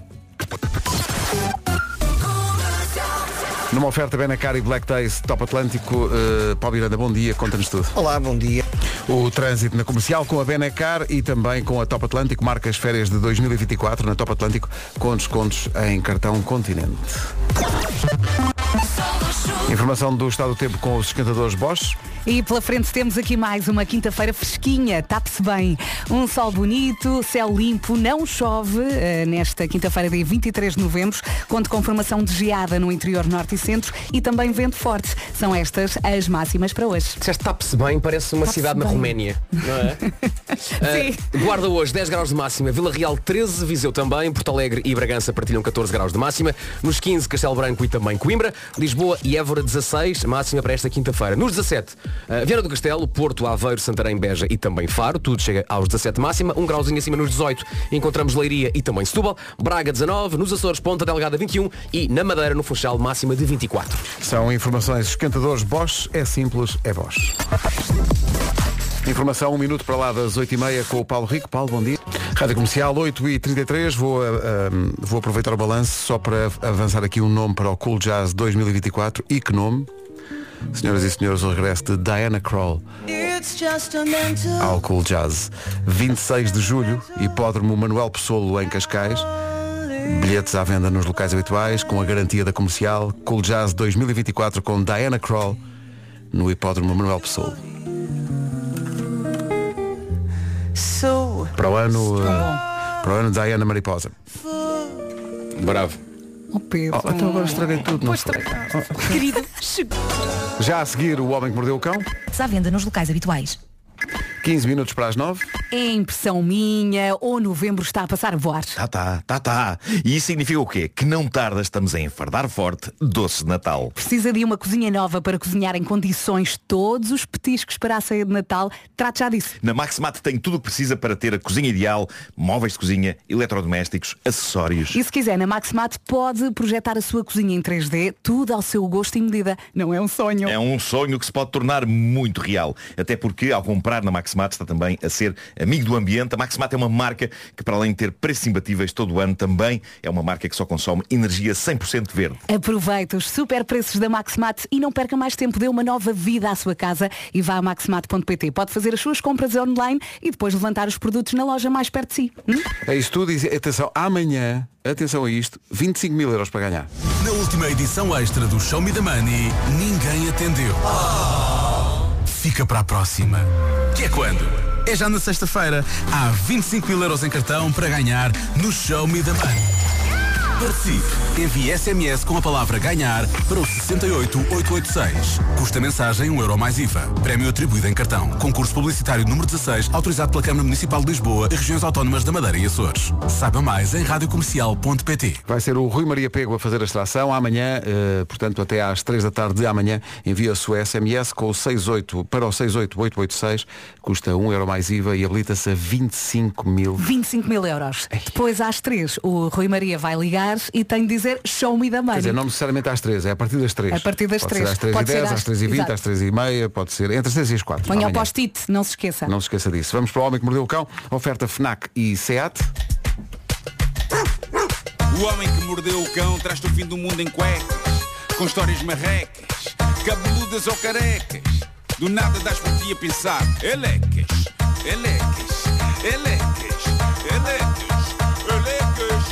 Numa oferta Benacar e Black Taste Top Atlântico, Paulo Miranda, bom dia, conta-nos tudo. Olá, bom dia. O trânsito na comercial com a Benacar e também com a Top Atlântico, marca as férias de 2024 na Top Atlântico com descontos em cartão Continente. Informação do estado do tempo com os esquentadores Bosch. E pela frente temos aqui mais uma quinta-feira fresquinha, tape-se bem. Um sol bonito, céu limpo, não chove nesta quinta-feira, dia 23 de novembro, conto com formação de geada no interior norte e centro e também vento forte. São estas as máximas para hoje. Disseste tape-se bem, parece uma cidade na Roménia, não é? Sim. Guarda hoje 10 graus de máxima, Vila Real 13, Viseu também, Porto Alegre e Bragança partilham 14 graus de máxima, nos 15 Castelo Branco e também Coimbra, Lisboa e Évora 16, máxima para esta quinta-feira. Nos 17, Viana do Castelo, Porto, Aveiro, Santarém, Beja e também Faro, tudo chega aos 17 máxima, um grauzinho acima nos 18 encontramos Leiria e também Setúbal, Braga 19, nos Açores Ponta Delgada 21 e na Madeira no Funchal máxima de 24. São informações esquentadores Bosch, é simples, é Bosch. Informação 1 minuto para lá das 8h30 com o Paulo Rico. Paulo, bom dia. Rádio Comercial 8h33. Vou aproveitar o balanço só para avançar aqui um nome para o Cool Jazz 2024. E que nome? Senhoras e senhores, o regresso de Diana Krall ao Cool Jazz. 26 de julho, Hipódromo Manuel Pessoa em Cascais. Bilhetes à venda nos locais habituais, com a garantia da Comercial. Cool Jazz 2024 com Diana Krall no Hipódromo Manuel Pessoa. Para o ano Diana Mariposa. Bravo. Oh, Pedro. Então agora estraguei tudo, não foi? Querido, Já a seguir, O Homem que Mordeu o Cão. à venda nos locais habituais. 15 minutos para as 9. É impressão minha ou novembro está a passar a voar? Tá. E isso significa o quê? Que não tarda estamos a enfardar forte doces de Natal. Precisa de uma cozinha nova para cozinhar em condições todos os petiscos para a ceia de Natal? Trate já disso. Na Maximat tem tudo o que precisa para ter a cozinha ideal, móveis de cozinha, eletrodomésticos, acessórios. E se quiser, na Maximat pode projetar a sua cozinha em 3D, tudo ao seu gosto e medida. Não é um sonho. É um sonho que se pode tornar muito real. Até porque, ao comprar na Maximat, está também a ser amigo do ambiente. A Maximat é uma marca que, para além de ter preços imbatíveis todo o ano, também é uma marca que só consome energia 100% verde. Aproveita os super preços da Maximat e não perca mais tempo. Dê uma nova vida à sua casa e vá a maximat.pt. Pode fazer as suas compras online e depois levantar os produtos na loja mais perto de si. É isso tudo. E atenção, amanhã, atenção a isto, 25 mil euros para ganhar. Na última edição extra do Show Me the Money, ninguém atendeu. Fica para a próxima. Que é quando? É já na sexta-feira. Há 25 mil euros em cartão para ganhar no Show Me the Money. Participe. Envie SMS com a palavra ganhar para o 68886. Custa mensagem €1 mais IVA. Prémio atribuído em cartão. Concurso publicitário número 16, autorizado pela Câmara Municipal de Lisboa e Regiões Autónomas da Madeira e Açores. Saiba mais em radiocomercial.pt. Vai ser o Rui Maria Pego a fazer a extração. Amanhã, portanto, até às 3 da tarde de amanhã, envia a sua SMS com o 68 para o 68886. Custa €1 mais IVA e habilita-se a 25 mil. 25 mil euros. Depois às 3, o Rui Maria vai ligar e tem de dizer show me the money. Quer dizer, não necessariamente às 3, é a partir das 3. A partir das pode 3. Ser às 3 pode e 10, ser às 3 e 20, Exato. às 3 e meia, pode ser entre as 3 e as 4. Ponha o post-it, não se esqueça. Não se esqueça disso. Vamos para O Homem que Mordeu o Cão. Oferta FNAC e SEAT. O Homem que Mordeu o Cão traz-te o fim do mundo em cuecas, com histórias marrecas, cabeludas ou carecas. Do nada das por ti a pensar. Elecas, elecas, elecas, elecas, elecas.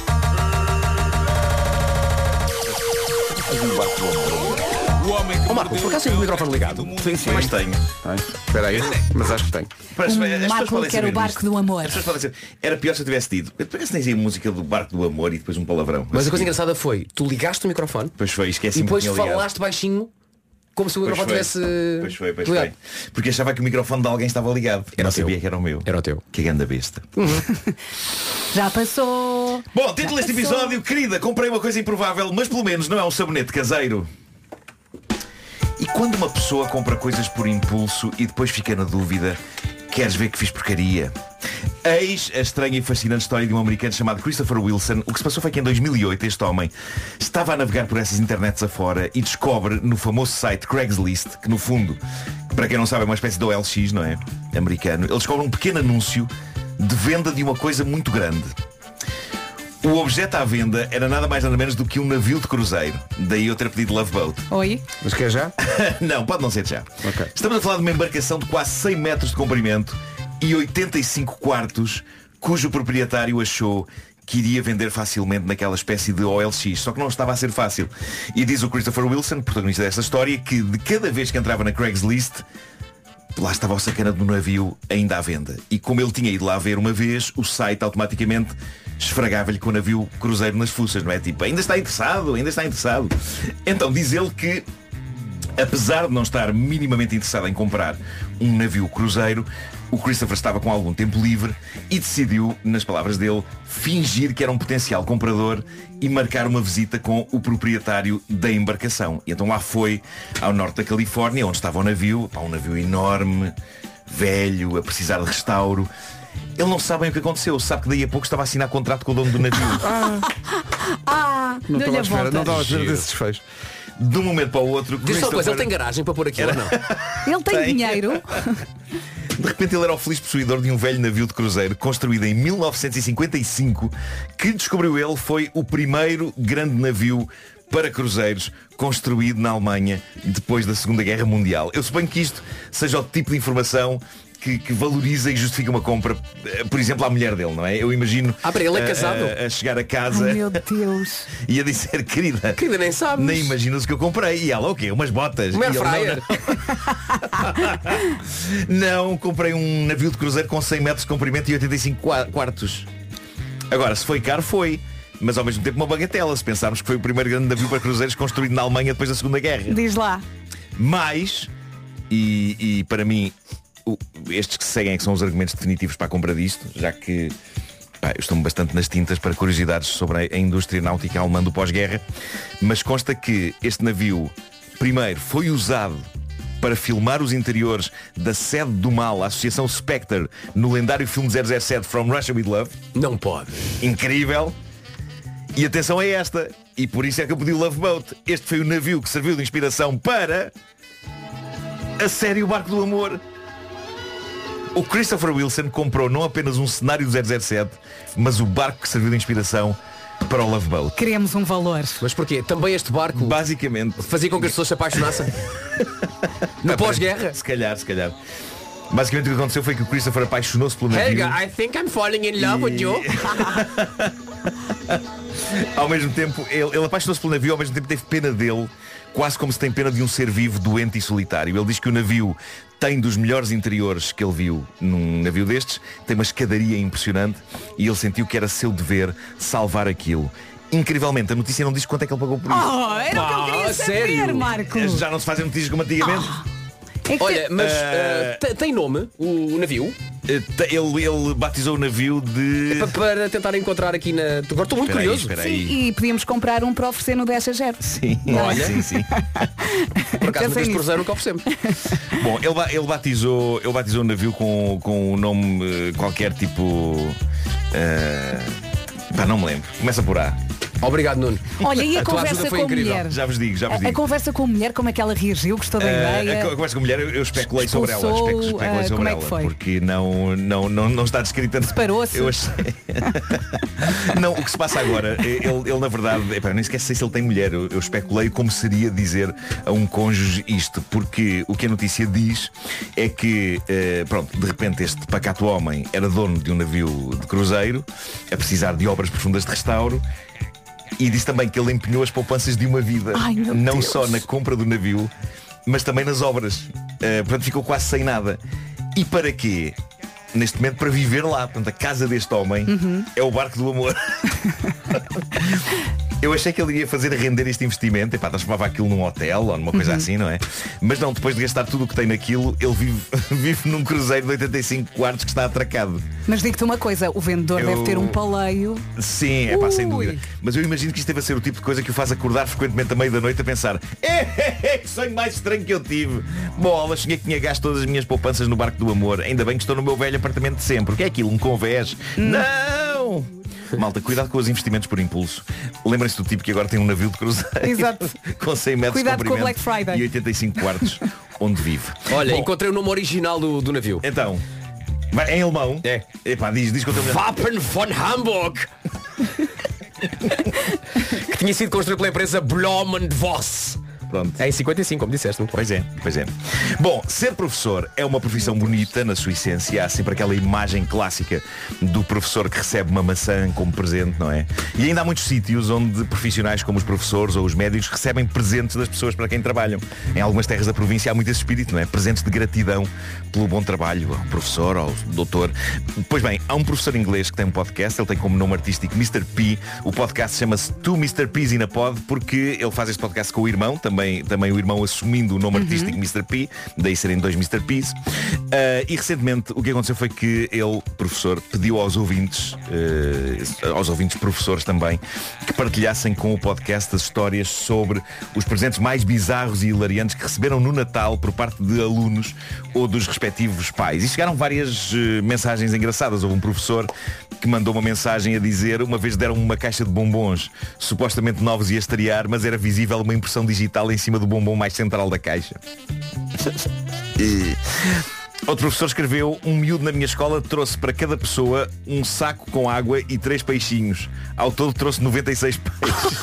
O Homem que Marco, por acaso tem o microfone ligado? Sim, mas tenho. Espera aí, mas acho que tenho. Marco quer o barco do amor. As pessoas podem dizer, era pior se eu tivesse tido. Parece que tens aí a música do barco do amor e depois um palavrão. Mas a coisa engraçada foi, tu ligaste o microfone. Pois foi, esqueci. E depois falaste baixinho, como se o microfone tivesse... Pois foi. Porque achava que o microfone de alguém estava ligado. Eu não sabia que era o meu. Era o teu. Que grande besta. Já passou. Bom, título deste episódio, querida, comprei uma coisa improvável, mas pelo menos não é um sabonete caseiro. E quando uma pessoa compra coisas por impulso e depois fica na dúvida, queres ver que fiz porcaria? Eis a estranha e fascinante história de um americano chamado Christopher Wilson. O que se passou foi que em 2008 este homem estava a navegar por essas internets afora e descobre no famoso site Craigslist, que no fundo, para quem não sabe, é uma espécie de OLX, não é? Americano. Ele descobre um pequeno anúncio de venda de uma coisa muito grande. O objeto à venda era nada mais nada menos do que um navio de cruzeiro. Daí eu ter pedido Love Boat. Oi? Mas quer já? Não, pode não ser já. Okay. Estamos a falar de uma embarcação de quase 100 metros de comprimento e 85 quartos, cujo proprietário achou que iria vender facilmente naquela espécie de OLX, só que não estava a ser fácil. E diz o Christopher Wilson, protagonista desta história, que de cada vez que entrava na Craigslist, lá estava o sacana do navio ainda à venda. E como ele tinha ido lá ver uma vez, o site automaticamente esfregava-lhe com o navio cruzeiro nas fuças, não é? Tipo, ainda está interessado. Então diz ele que, apesar de não estar minimamente interessado em comprar um navio cruzeiro, o Christopher estava com algum tempo livre e decidiu, nas palavras dele, fingir que era um potencial comprador e marcar uma visita com o proprietário da embarcação. E então lá foi ao norte da Califórnia, onde estava o navio, um navio enorme, velho, a precisar de restauro. Ele não sabe bem o que aconteceu, sabe que daí a pouco estava a assinar contrato com o dono do navio. Não deu-lhe a estava volta. a ver desse desfecho. De um momento para o outro, Diz só uma coisa, ele tem garagem para pôr aqui ou não? Ele tem dinheiro. De repente ele era o feliz possuidor de um velho navio de cruzeiro construído em 1955, que, descobriu ele, foi o primeiro grande navio para cruzeiros construído na Alemanha depois da Segunda Guerra Mundial. Eu suponho que isto seja o tipo de informação que valoriza e justifica uma compra, por exemplo, à mulher dele, não é? Eu imagino para ele é casado. A chegar a casa. Ai, meu Deus. E a dizer, querida, nem sabes. Nem imaginas o que eu comprei. E ela, o quê? Umas botas. Uma E ele, airfryer. não, comprei um navio de cruzeiro com 100 metros de comprimento e 85 quartos. Agora, se foi caro, foi. Mas ao mesmo tempo uma bagatela, se pensarmos que foi o primeiro grande navio para cruzeiros construído na Alemanha depois da Segunda Guerra. Diz lá. Mas, e para mim, estes que se seguem é que são os argumentos definitivos para a compra disto, já que eu estou bastante nas tintas para curiosidades sobre a indústria náutica alemã do pós-guerra, mas consta que este navio, primeiro, foi usado para filmar os interiores da sede do mal, a Associação Spectre, no lendário filme 007 From Russia With Love. Não pode. Incrível. E atenção a esta, e por isso é que eu pedi o Love Boat. Este foi o navio que serviu de inspiração para a série O Barco do Amor. O Christopher Wilson comprou não apenas um cenário do 007, mas o barco que serviu de inspiração para o Love Boat. Queremos um valor. Mas porquê? Também este barco basicamente fazia com que as pessoas se apaixonassem? No pós-guerra? Se calhar. Basicamente o que aconteceu foi que o Christopher apaixonou-se pelo navio. Helga, I think I'm falling in love with you. Ao mesmo tempo, ele apaixonou-se pelo navio, ao mesmo tempo teve pena dele, quase como se tem pena de um ser vivo, doente e solitário. Ele diz que o navio tem dos melhores interiores que ele viu num navio destes, tem uma escadaria impressionante e ele sentiu que era seu dever salvar aquilo. Incrivelmente, a notícia não diz quanto é que ele pagou por isso. Era o que eu queria saber, sério? Marco. Já não se fazem notícias como antigamente. Olha, mas tem nome o navio? Ele batizou o navio de... Para tentar encontrar aqui na... Agora estou muito curioso. Espera Sim, aí. e podíamos comprar um para oferecer no 10 a 0. Sim, olha. sim. Por acaso muitas cruzeiro nunca oferecemos. Bom, ele batizou o navio com um nome qualquer tipo... não me lembro. Começa por A. Obrigado, Nuno. Olha, e a tua conversa ajuda foi com a incrível. mulher? Já vos digo. A conversa com a mulher, como é que ela reagiu? Gostou da ideia? A conversa com a mulher, eu especulei sobre ela. Especulei sobre como é ela. que foi? Porque não está descrita. Separou-se? Eu achei... Não, o que se passa agora, ele na verdade, nem sequer sei se ele tem mulher. Eu especulei como seria dizer a um cônjuge isto. Porque o que a notícia diz é que, de repente este pacato homem era dono de um navio de cruzeiro, a precisar de obras profundas de restauro. E disse também que ele empenhou as poupanças de uma vida. Ai, meu não Deus. só na compra do navio, mas também nas obras. Portanto, ficou quase sem nada. E para quê? Neste momento, para viver lá. Portanto, a casa deste homem é o barco do amor. Eu achei que ele ia fazer render este investimento. Transformava aquilo num hotel ou numa coisa assim, não é? Mas não, depois de gastar tudo o que tem naquilo, ele vive num cruzeiro de 85 quartos que está atracado. Mas digo-te uma coisa, o vendedor deve ter um paleio. Sim, sem dúvida. Mas eu imagino que isto deve ser o tipo de coisa que o faz acordar frequentemente à meia da noite a pensar: que sonho mais estranho que eu tive. Bola, cheguei que tinha gasto todas as minhas poupanças no barco do amor. Ainda bem que estou no meu velho apartamento de sempre. O que é aquilo? Um convés? Não! Malta, cuidado com os investimentos por impulso. Lembrem-se do tipo que agora tem um navio de cruzeiro. Exato. Com 100 metros Cuidado de com o comprimento Black Friday. e 85 quartos onde vive. Olha, encontrei o nome original do navio. Então, em alemão? É. Diz quanto é. Wappen von Hamburg. Que tinha sido construído pela empresa Blohm & Voss. Pronto. É em 55, como disseste. Pois é. Bom, ser professor é uma profissão bonita na sua essência. Há sempre aquela imagem clássica do professor que recebe uma maçã como presente, não é? E ainda há muitos sítios onde profissionais como os professores ou os médicos recebem presentes das pessoas para quem trabalham. Em algumas terras da província há muito esse espírito, não é? Presentes de gratidão pelo bom trabalho ao professor, ao doutor. Pois bem, há um professor inglês que tem um podcast. Ele tem como nome artístico Mr. P. O podcast chama-se Two Mr. P's in a Pod, porque ele faz este podcast com o irmão, também o irmão assumindo o nome artístico Mr. P, daí serem dois Mr. P's. E recentemente o que aconteceu foi que ele, professor, pediu aos ouvintes professores também, que partilhassem com o podcast as histórias sobre os presentes mais bizarros e hilariantes que receberam no Natal por parte de alunos ou dos respectivos pais. E chegaram várias mensagens engraçadas. Houve um professor que mandou uma mensagem a dizer: uma vez deram uma caixa de bombons supostamente novos e a estrear, mas era visível uma impressão digital em cima do bombom mais central da caixa. Outro professor escreveu: um miúdo na minha escola trouxe para cada pessoa um saco com água e 3 peixinhos. Ao todo trouxe 96 peixes.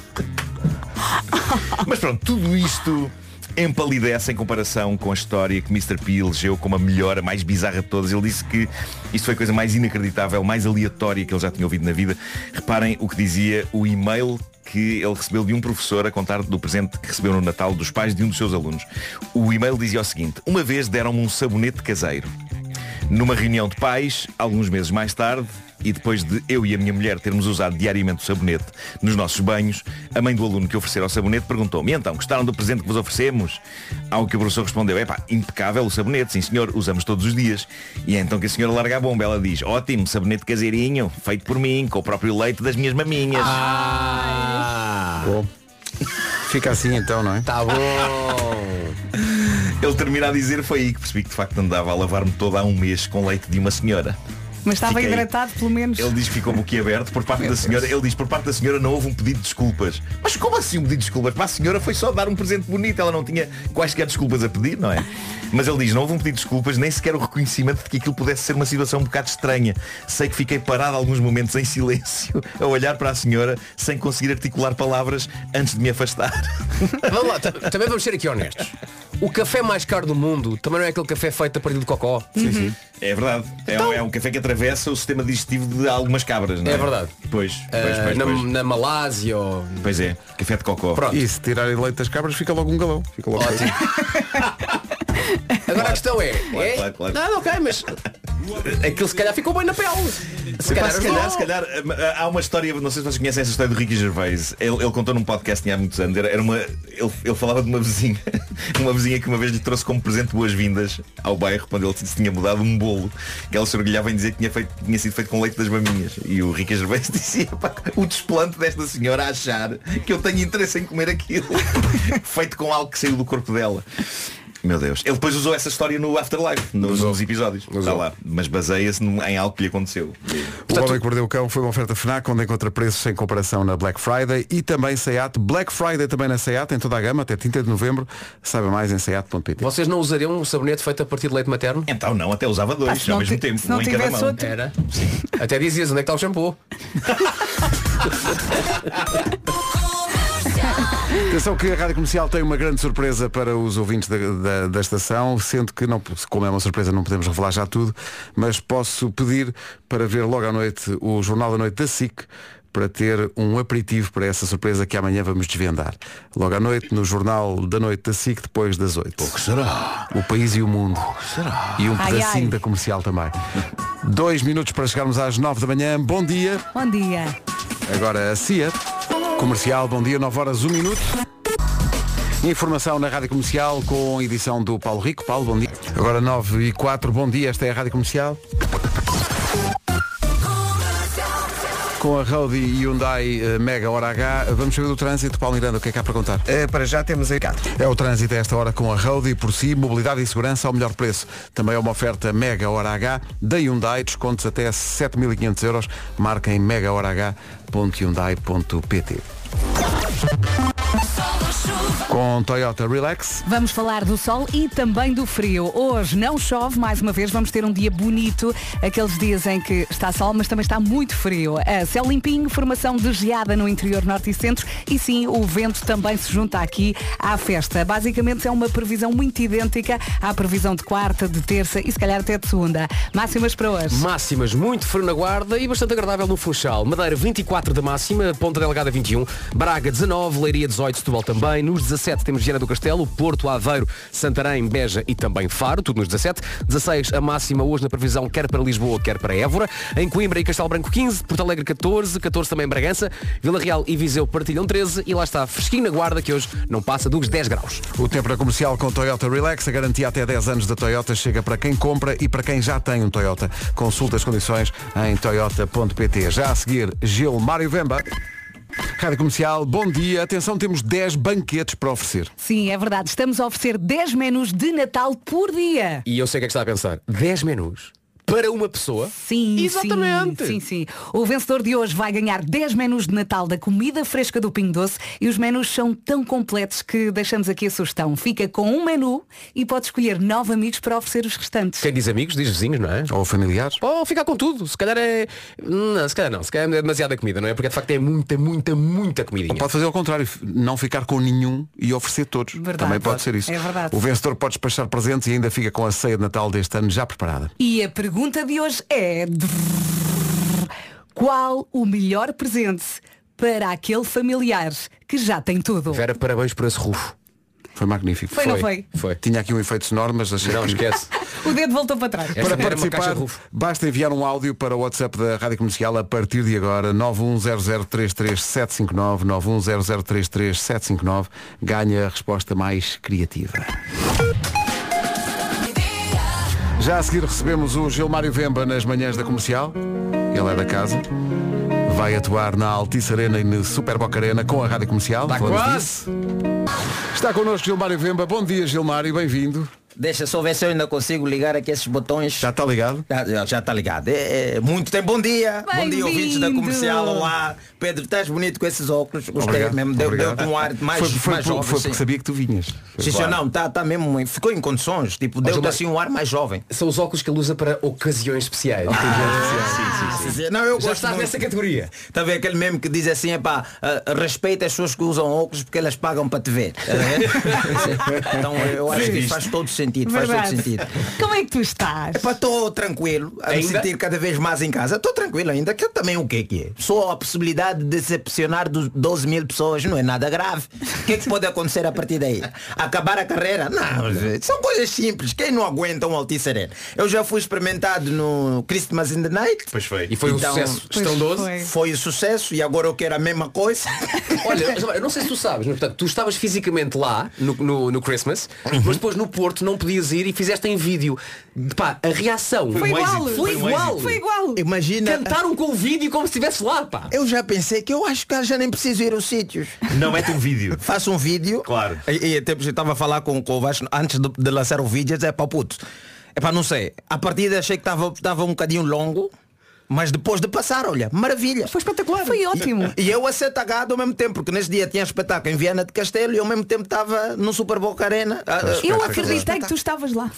Mas pronto, tudo isto empalidece em comparação com a história que Mr. P elegeu como a melhor, a mais bizarra de todas. Ele disse que isto foi a coisa mais inacreditável, mais aleatória que ele já tinha ouvido na vida. Reparem o que dizia o e-mail que ele recebeu de um professor a contar do presente que recebeu no Natal dos pais de um dos seus alunos. O e-mail dizia o seguinte: uma vez deram-me um sabonete caseiro. Numa reunião de pais, alguns meses mais tarde, e depois de eu e a minha mulher termos usado diariamente o sabonete nos nossos banhos, a mãe do aluno que oferecera o sabonete perguntou-me: e então, gostaram do presente que vos oferecemos? Ao que o professor respondeu: epá, impecável o sabonete, sim senhor, usamos todos os dias. E é então que a senhora larga a bomba. Ela diz: ótimo, sabonete caseirinho, feito por mim, com o próprio leite das minhas maminhas. Bom. Fica assim então, não é? Tá bom. Ele termina a dizer: foi aí que percebi que de facto andava a lavar-me toda há um mês com leite de uma senhora. Mas estava Fiquei- hidratado pelo menos. Ele diz que ficou boquiaberto por parte da senhora. Ele diz: por parte da senhora não houve um pedido de desculpas. Mas como assim um pedido de desculpas? Para a senhora foi só dar um presente bonito. Ela não tinha quaisquer desculpas a pedir, não é? Mas ele diz: não houve um pedido de desculpas, nem sequer o reconhecimento de que aquilo pudesse ser uma situação um bocado estranha. Sei que fiquei parado alguns momentos em silêncio a olhar para a senhora sem conseguir articular palavras antes de me afastar. Vamos lá, também vamos ser aqui honestos. O café mais caro do mundo também não é aquele café feito a partir de cocó. Sim, sim. É verdade. É um café que atravessa o sistema digestivo de algumas cabras, não é? É verdade. Pois. Na Malásia ou... Pois é, café de cocó. Pronto. E se tirarem leite das cabras fica logo um galão. Fica logo Ótimo. Agora a questão é... Claro. Não, ok, mas... Aquilo se calhar ficou bem na pele. Se calhar, há uma história, não sei se vocês conhecem essa história do Ricky Gervais. Ele contou num podcast há muitos anos. Ele falava de uma vizinha, uma vizinha que uma vez lhe trouxe como presente boas-vindas ao bairro quando ele se tinha mudado um bolo que ela se orgulhava em dizer que tinha sido feito com leite das maminhas. E o Ricky Gervais dizia: pá, o desplante desta senhora a achar que eu tenho interesse em comer aquilo feito com algo que saiu do corpo dela. Meu Deus. Ele depois usou essa história no Afterlife, nos episódios. Está lá. Mas baseia-se em algo que lhe aconteceu. O Homem que Mordeu o Cão foi uma oferta FNAC, onde encontra preços sem comparação na Black Friday e também SEAT. Black Friday também na SEAT, em toda a gama, até 30 de novembro. Saiba mais em seat.pt. Vocês não usariam um sabonete feito a partir de leite materno? Então não, até usava dois ao mesmo tempo, um em cada mão. Outro... Era. Sim. Até dizias: onde é que está o shampoo? Atenção que a Rádio Comercial tem uma grande surpresa para os ouvintes da estação, sendo que, não, como é uma surpresa, não podemos revelar já tudo, mas posso pedir para ver logo à noite o Jornal da Noite da SIC, para ter um aperitivo para essa surpresa que amanhã vamos desvendar. Logo à noite, no Jornal da Noite da SIC, depois das 8. O que será? O país e o mundo. O que será? E um pedacinho da Comercial também. 2 minutos para chegarmos às 9 da manhã. Bom dia. Bom dia. Agora a CIA. Comercial, bom dia, 9 horas, 1 minuto. Informação na Rádio Comercial com edição do Paulo Rico. Paulo, bom dia. Agora 9h04, bom dia, esta é a Rádio Comercial. Com a Audi Hyundai Mega Hora H, vamos saber do trânsito. Paulo Miranda, o que é que há para contar? Para já temos aí. É o trânsito a esta hora com a Audi, por si, mobilidade e segurança ao melhor preço. Também é uma oferta Mega Hora H da Hyundai, descontos até 7.500 euros. Marca em megahorah.hyundai.pt. Com Toyota Relax. Vamos falar do sol e também do frio. Hoje não chove, mais uma vez vamos ter um dia bonito, aqueles dias em que está sol, mas também está muito frio. Céu limpinho, formação de geada no interior norte e centro e sim, o vento também se junta aqui à festa. Basicamente é uma previsão muito idêntica à previsão de quarta, de terça e se calhar até de segunda. Máximas para hoje. Máximas, muito frio na Guarda e bastante agradável no Funchal. Madeira 24 de máxima, Ponta Delgada 21, Braga 19, Leiria 18, Setúbal também. Nos 17 temos Viana do Castelo, Porto, Aveiro, Santarém, Beja e também Faro, tudo nos 17. 16 a máxima hoje na previsão quer para Lisboa, quer para Évora. Em Coimbra e Castelo Branco 15, Porto Alegre 14, 14 também em Bragança, Vila Real e Viseu partilham 13 e lá está fresquinho na Guarda que hoje não passa dos 10 graus. O tempo na Comercial com Toyota Relax, a garantia até 10 anos da Toyota chega para quem compra e para quem já tem um Toyota. Consulta as condições em toyota.pt. Já a seguir, Gilmário Vemba. Rádio Comercial, bom dia. Atenção, temos 10 banquetes para oferecer. Sim, é verdade. Estamos a oferecer 10 menus de Natal por dia. E eu sei o que é que está a pensar. 10 menus para uma pessoa. Sim, Exatamente. Sim. O vencedor de hoje vai ganhar 10 menus de Natal da comida fresca do Pingo Doce e os menus são tão completos que deixamos aqui a sugestão. Fica com um menu e pode escolher 9 amigos para oferecer os restantes. Quem diz amigos, diz vizinhos, não é? Ou familiares. Ou ficar com tudo. Se calhar é... Não, se calhar é demasiada comida, não é? Porque de facto é muita comidinha. Ou pode fazer ao contrário, não ficar com nenhum e oferecer todos. Verdade. Também pode ser isso. É verdade. O vencedor pode despachar presentes e ainda fica com a ceia de Natal deste ano já preparada. E a pergunta de hoje é... Qual o melhor presente para aquele familiar que já tem tudo? Vera, parabéns por esse rufo. Foi magnífico. Foi, não foi? Tinha aqui um efeito sonoro, mas achei Não, que... esquece. O dedo voltou para trás. Para participar, basta enviar um áudio para o WhatsApp da Rádio Comercial a partir de agora, 910033759, 910033759, ganha a resposta mais criativa. Já a seguir recebemos o Gilmário Vemba nas manhãs da Comercial. Ele é da casa. Vai atuar na Altice Arena e no Super Boca Arena com a Rádio Comercial. Está quase. Está connosco Gilmário Vemba. Bom dia, Gilmário, bem-vindo. Deixa só ver se eu ainda consigo ligar aqui esses botões. Já está ligado? Já está ligado. Muito tempo. Bom dia. Bom dia, ouvintes da Comercial. Olá. Pedro, estás bonito com esses óculos. Gostei mesmo. Deu-te um ar mais jovem. Foi porque sabia que tu vinhas. Sim, claro. Não, está mesmo. Ficou em condições. Tipo, deu-te assim um ar mais jovem. São os óculos que ele usa para ocasiões especiais. Sim. Não, eu já gosto estás muito. nessa categoria. Está a ver aquele meme que diz assim, respeita as pessoas que usam óculos porque elas pagam para te ver. Então eu acho que isso faz todo sentido. Como é que tu estás? Estou tranquilo a me sentir cada vez mais em casa. Estou tranquilo ainda, que também o que é? Só a possibilidade de decepcionar 12 mil pessoas não é nada grave. O que é que pode acontecer a partir daí? Acabar a carreira? Não, são coisas simples. Quem não aguenta um Altice Arena? Eu já fui experimentado no Christmas in the Night. Pois foi. E foi um sucesso estrondoso. Foi um sucesso e agora eu quero a mesma coisa. Olha, eu não sei se tu sabes, mas portanto, tu estavas fisicamente lá no Christmas, mas depois no Porto não podias ir e fizeste em vídeo. Pá, a reação foi igual. Imagina. Cantaram com o vídeo como se estivesse lá, pá. Eu já pensei que eu acho que já nem preciso ir aos sítios. Não mete um vídeo. Faço um vídeo. Claro. E eu estava a falar com o Vasco antes de lançar o vídeo, puto. Não sei. A partida achei que estava um bocadinho longo. Mas depois de passar, olha, maravilha. Foi espetacular. Foi ótimo. E eu a ser tagado ao mesmo tempo, porque nesse dia tinha espetáculo em Viana de Castelo e ao mesmo tempo estava no Super Boca Arena. Eu acreditei que tu estavas lá.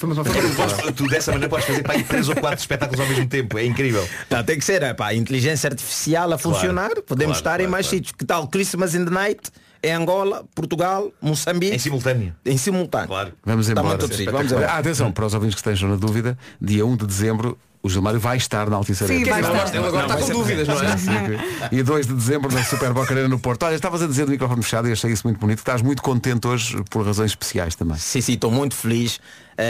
Tu dessa maneira podes fazer 3 ou 4 espetáculos ao mesmo tempo. É incrível. Tem que ser, a inteligência artificial a funcionar. Podemos estar em mais sítios. Que tal Christmas in the Night? Em Angola, Portugal, Moçambique. Em simultâneo. Claro. Vamos embora. Vamos embora. Atenção, para os ouvintes que estejam na dúvida, dia 1 de dezembro o Gilmário vai estar na Altice Arena. Sim, vai estar. Ele agora está com dúvidas, não é? E 2 de dezembro na Super Boca Arena no Porto. Olha, estavas a dizer do microfone fechado e achei isso muito bonito. Estás muito contente hoje por razões especiais também. Sim, estou muito feliz.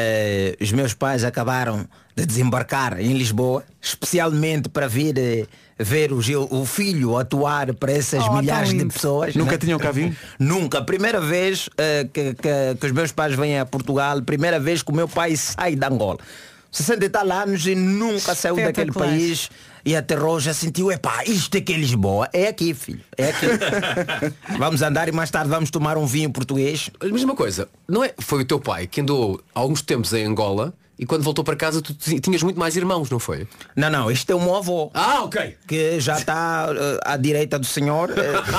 Os meus pais acabaram de desembarcar em Lisboa, especialmente para vir ver o filho atuar para essas milhares de pessoas. Nunca tinham cá vindo? Nunca. Primeira vez que os meus pais vêm a Portugal, primeira vez que o meu pai sai de Angola. 60 e tal anos e nunca saiu daquele país e aterrou, já sentiu, isto é que é Lisboa. É aqui, filho, é aqui. Vamos andar e mais tarde vamos tomar um vinho português. Mas uma coisa, não é? Foi o teu pai que andou há alguns tempos em Angola e quando voltou para casa tu tinhas muito mais irmãos, não foi? Não, este é o meu avô. Ok. Que já está à direita do senhor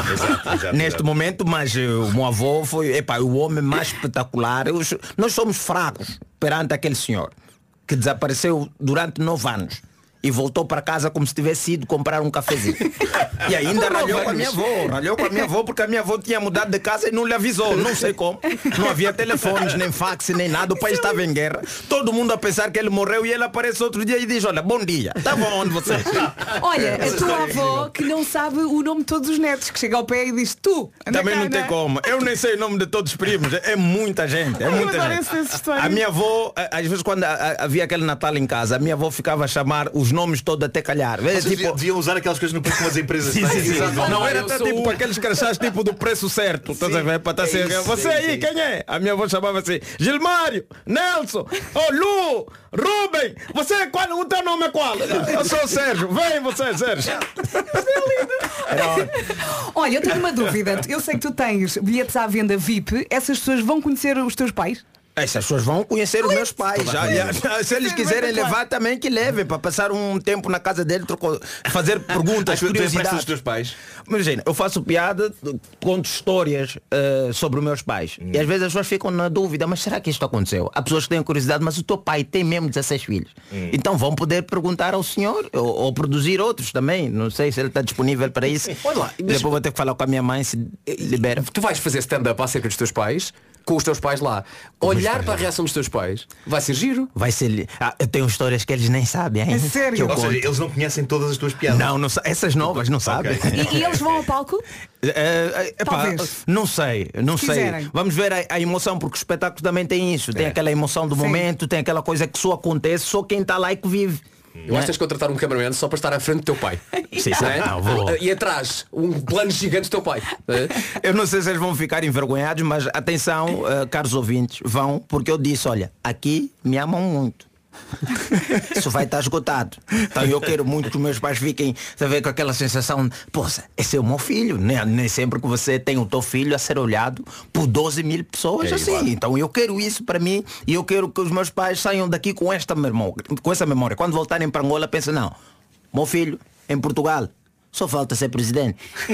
neste momento, mas o meu avô foi o homem mais espetacular. Nós somos fracos perante aquele senhor que desapareceu durante 9 anos e voltou para casa como se tivesse ido comprar um cafezinho. E ainda ralhou com a minha avó, porque a minha avó tinha mudado de casa e não lhe avisou, não sei como. Não havia telefones, nem fax, nem nada, o país estava em guerra. Todo mundo a pensar que ele morreu e ele aparece outro dia e diz, olha, bom dia, está bom onde você? Olha, a tua avó que não sabe o nome de todos os netos, que chega ao pé e diz, tu, também não tem como. Eu nem sei o nome de todos os primos, é muita gente, é muita gente. A minha avó, às vezes quando havia aquele Natal em casa, a minha avó ficava a chamar os nomes todos até calhar. Deviam usar aquelas coisas no preço como as empresas têm. Não era até tipo aqueles crachás tipo do preço certo. Estás a ver? Para estar ser. Você aí, quem é? A minha avó chamava assim, Gilmário, Nelson, Lu, Rubem, você qual? O teu nome é qual? Eu sou o Sérgio. Vem você, Sérgio. Olha, eu tenho uma dúvida. Eu sei que tu tens bilhetes à venda VIP. Essas pessoas vão conhecer os teus pais? Essas pessoas vão conhecer os meus pais. Se eles quiserem levar, também que levem, para passar um tempo na casa dele, fazer perguntas, curiosidades. Os teus pais? Imagina, eu faço piada, conto histórias sobre os meus pais. E às vezes as pessoas ficam na dúvida, mas será que isto aconteceu? Há pessoas que têm curiosidade, mas o teu pai tem mesmo 16 filhos. Então vão poder perguntar ao senhor, ou produzir outros também. Não sei se ele está disponível para isso. Olha lá, depois vou ter que falar com a minha mãe se libera. Tu vais fazer stand-up acerca dos teus pais, com os teus pais lá. Olhar para a reação dos teus pais vai ser giro. Vai ser. Eu tenho histórias que eles nem sabem ainda. É sério? Ou seja, eles não conhecem todas as tuas piadas. Não, essas novas não sabem. E eles vão ao palco? Talvez. Não sei. Quiserem. Vamos ver a emoção, porque o espetáculo também tem isso. Tem aquela emoção do momento, tem aquela coisa que só acontece, só quem está lá e que vive. Eu acho que tens de contratar um cameraman só para estar à frente do teu pai. Sim, não é? E atrás, um plano gigante do teu pai. Eu não sei se eles vão ficar envergonhados, mas atenção, caros ouvintes, vão, porque eu disse, olha, aqui me amam muito. Isso vai estar esgotado. Então eu quero muito que os meus pais fiquem a ver com aquela sensação de, poxa, esse é o meu filho, né? Nem sempre que você tem o teu filho a ser olhado por 12 mil pessoas assim. Igual. Então eu quero isso para mim e eu quero que os meus pais saiam daqui com essa memória. Quando voltarem para Angola, pensam, não, meu filho em Portugal só falta ser presidente.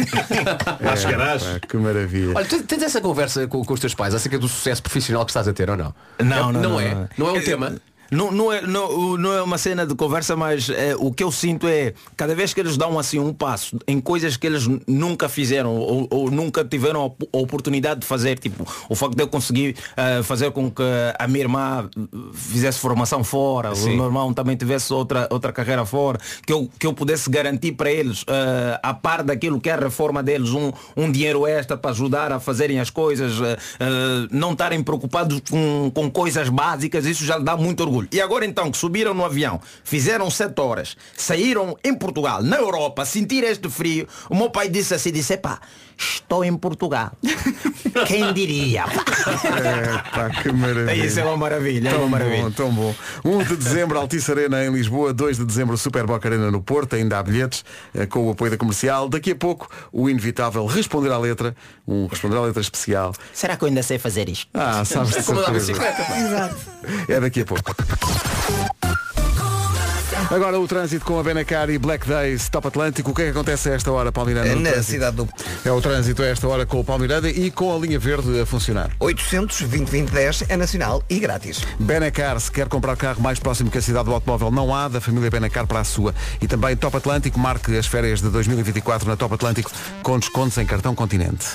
Que maravilha. Olha, tens essa conversa com os teus pais acerca do sucesso profissional que estás a ter ou não? Não é um tema. Não é uma cena de conversa, mas o que eu sinto é, cada vez que eles dão assim um passo em coisas que eles nunca fizeram ou nunca tiveram a oportunidade de fazer, tipo o facto de eu conseguir fazer com que a minha irmã fizesse formação fora, o meu irmão também tivesse outra carreira fora, que eu pudesse garantir para eles, a par daquilo que é a reforma deles, um dinheiro extra para ajudar a fazerem as coisas, não estarem preocupados com coisas básicas, isso já dá muito orgulho. E agora então que subiram no avião, fizeram 7 horas, saíram em Portugal, na Europa, sentir este frio, o meu pai disse assim, epá, estou em Portugal. Quem diria? Que maravilha. Isso é uma maravilha. Tão bom. 1 de dezembro, Altice Arena em Lisboa, 2 de dezembro, Super Boca Arena no Porto, ainda há bilhetes, com o apoio da Comercial. Daqui a pouco, o inevitável Responder à Letra, Responder à Letra especial. Será que eu ainda sei fazer isto? Sabes de certeza. Exato. É daqui a pouco. Agora o trânsito com a Benacar e Black Days Top Atlântico. O que é que acontece a esta hora, Paulo Miranda? Na cidade do... É o trânsito a esta hora com o Paulo Miranda e com a linha verde a funcionar. 800-2020-10 é nacional e grátis. Benacar, se quer comprar carro mais próximo que a cidade do automóvel, não há, da família Benacar para a sua. E também Top Atlântico, marque as férias de 2024 na Top Atlântico com descontos em cartão Continente.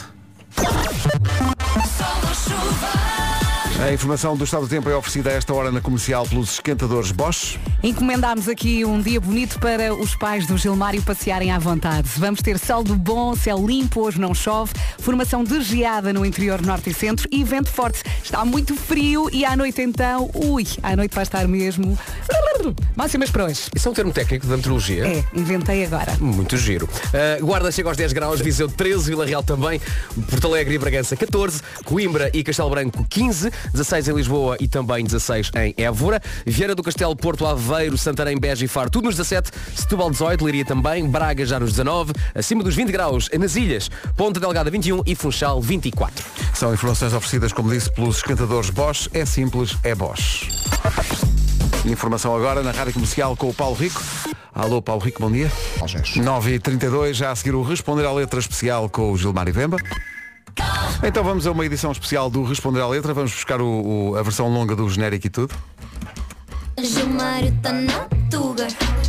A informação do estado do tempo é oferecida a esta hora na Comercial pelos esquentadores Bosch. Encomendámos aqui um dia bonito para os pais do Gilmário passearem à vontade. Vamos ter sol do bom, céu limpo, hoje não chove, formação de geada no interior norte e centro e vento forte. Está muito frio e à noite então, à noite vai estar mesmo... Máximas para hoje. Isso é um termo técnico de meteorologia? É, inventei agora. Muito giro. Guarda chega aos 10 graus, Viseu 13, Vila Real também, Porto Alegre e Bragança 14, Coimbra e Castelo Branco 15, 16 em Lisboa e também 16 em Évora, Vieira do Castelo, Porto Aveiro, Santarém, Beja e Faro, tudo nos 17, Setúbal 18, Leiria também, Braga já nos 19, acima dos 20 graus nas Ilhas, Ponta Delgada 21 e Funchal 24. São informações oferecidas, como disse, pelos esquentadores Bosch. É simples, é Bosch. Informação agora na Rádio Comercial com o Paulo Rico. Alô, Paulo Rico, bom dia. 9h32, já a seguir o Responder à Letra especial com o Gilmário Vemba. Então vamos a uma edição especial do Responder à Letra. Vamos buscar a versão longa do genérico e tudo. Gilmário tá na tuga.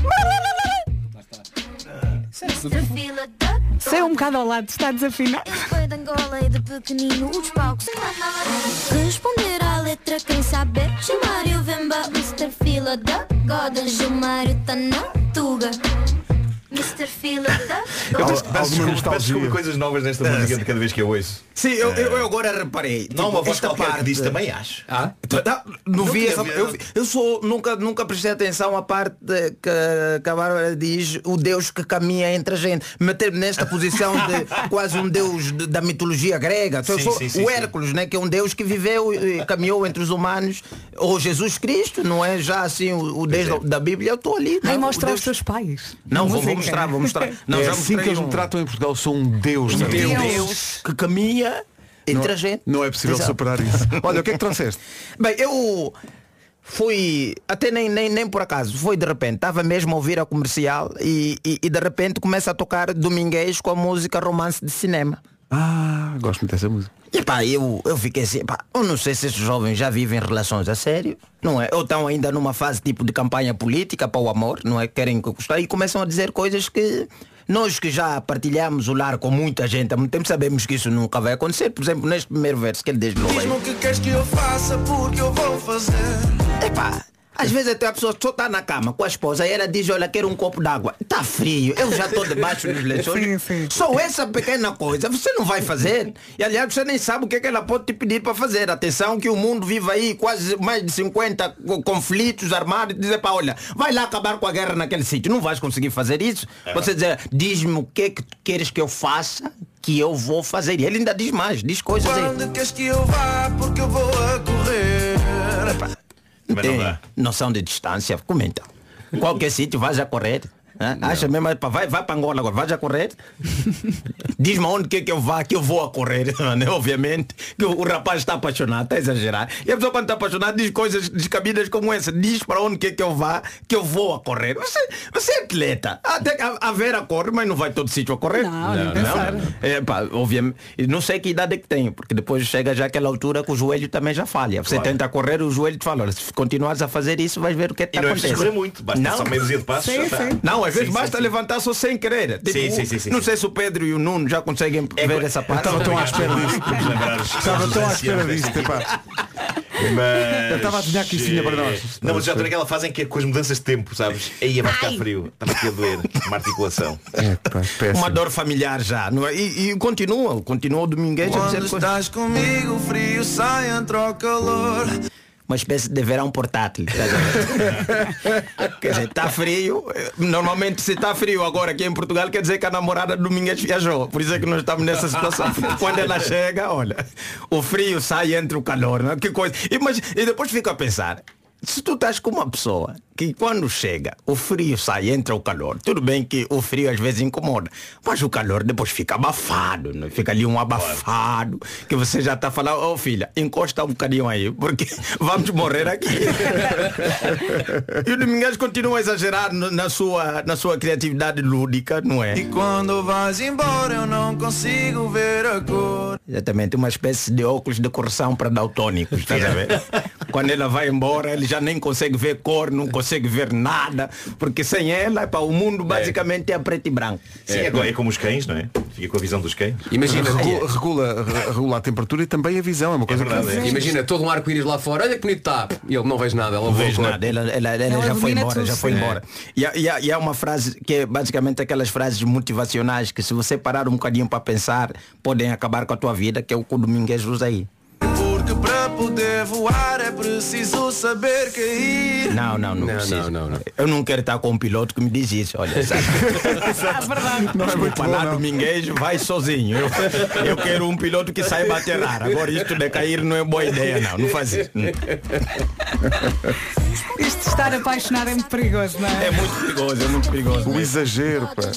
Sei um bocado ao lado, está desafinado. De Angola e de pequenino os palcos. Responder à letra, quem sabe? Gilmário Vemba, Mr. Fila da Goda. Gilmário tá na tuga. Mr. Fila da Peço desculpa, coisas novas nesta música de cada vez que eu ouço. Sim, eu agora reparei. Não, uma voz esta qualquer parte que disse também acho. Não vi essa, nunca prestei atenção à parte que a Bárbara diz, o Deus que caminha entre a gente. Meter-me nesta posição de quase um Deus da mitologia grega. Então, sim, o Hércules, né, que é um Deus que viveu e caminhou entre os humanos. Ou Jesus Cristo, não é já assim o Deus da Bíblia. Eu estou ali. Nem mostrar os teus pais. Não, vou mostrar. Não, é já assim que eles me tratam em Portugal. Sou um Deus. Deus que caminha entre a gente. Não é possível Exato. superar isso. Olha, o que é que trouxeste? Bem, eu fui, até nem por acaso, foi de repente, estava mesmo a ouvir a comercial e de repente começa a tocar Dominguez com a música Romance de Cinema. Ah, gosto muito dessa música. E pá, eu fiquei assim, pá, eu não sei se esses jovens já vivem relações a sério, não é? Ou estão ainda numa fase tipo de campanha política para o amor, não é? Querem conquistar e começam a dizer coisas que nós que já partilhamos o lar com muita gente há muito tempo sabemos que isso nunca vai acontecer. Por exemplo, neste primeiro verso que ele diz: diz-me o que queres que eu faça porque eu vou fazer. Epá, às vezes até a pessoa só está na cama com a esposa e ela diz: olha, quero um copo d'água. Está frio, eu já estou debaixo dos lençóis. Só essa pequena coisa você não vai fazer. E aliás você nem sabe o que é que ela pode te pedir para fazer. Atenção que o mundo vive aí quase mais de 50 conflitos armados. Dizer, pá, olha, vai lá acabar com a guerra naquele sítio. Não vais conseguir fazer isso. Você dizer: diz-me o que é que tu queres que eu faça, que eu vou fazer. E ele ainda diz mais, diz coisas aí. Onde queres que eu vá porque eu vou a correr. Epá, tem noção de distância, comenta. Em qualquer sítio vais a correr. Acha mesmo, vai para Angola agora, vais a correr. Diz-me onde quer que eu vá, que eu vou a correr. Né? Obviamente que o rapaz está apaixonado, está a exagerar. E a pessoa quando está apaixonada diz coisas descabidas como essa. Diz para onde quer que eu vá, que eu vou a correr. Você é atleta. Até a Vera corre, mas não vai todo sítio a correr. Não. Obviamente. Não sei que idade é que tem, porque depois chega já aquela altura que o joelho também já falha. Você tenta correr, o joelho te fala: olha, se continuares a fazer isso, vais ver o que é que está acontecendo. E não é preciso correr muito, basta só meia dúzia de passos. Não, às vezes basta levantar só sem querer. Tipo, não sei se o Pedro e o Nuno já conseguem ver essa parte. Estava tão à espera disso. Estava tão à espera disso. Eu estava a desenhar que isso tinha para nós. Não, mas já estou naquela fase em que com as mudanças de tempo, sabes? Aí vai ficar frio. Estava aqui a doer uma articulação. Uma dor familiar já. Não é? E continua o Dominguez a dizer coisas. Estás comigo, o frio sai, entra o calor. Uma espécie de verão portátil. Quer dizer, está frio. Normalmente se está frio agora aqui em Portugal quer dizer que a namorada do Dominguez viajou. Por isso é que nós estamos nessa situação. Porque quando ela chega, olha, o frio sai entre o calor, né? Que coisa. E depois fica a pensar: se tu estás com uma pessoa que quando chega o frio sai, entra o calor, tudo bem que o frio às vezes incomoda, mas o calor depois fica abafado, né? Fica ali um abafado que você já está falando: ô filha, encosta um bocadinho aí porque vamos morrer aqui. E o Dominguez continua a exagerar na sua criatividade lúdica, não é? E quando vais embora eu não consigo ver a cor. Exatamente, uma espécie de óculos de correção para daltônicos, estás a ver? Quando ela vai embora ele já nem consegue ver cor, não consegue ver nada, porque sem ela, o mundo basicamente é preto e branco. Sim, é como os cães, não é? Fica com a visão dos cães. Imagina, regula a temperatura e também a visão, é uma coisa verdade, Imagina todo um arco-íris lá fora, olha que bonito está, e ele não vejo nada, ela não vejo nada, ela já foi embora, já foi embora. E há uma frase que é basicamente aquelas frases motivacionais que se você parar um bocadinho para pensar, podem acabar com a tua vida, que é o que o Dominguez usa aí. Porque para poder voar é preciso saber cair. Não. Eu não quero estar com um piloto que me diz isso. Olha, sabe? Não é muito bom, Dominguez vai sozinho. Eu quero um piloto que saiba aterrar. Agora isto de cair não é boa ideia, não faz isso. Isto de estar apaixonado é muito perigoso, não é? É muito perigoso. O exagero, pá.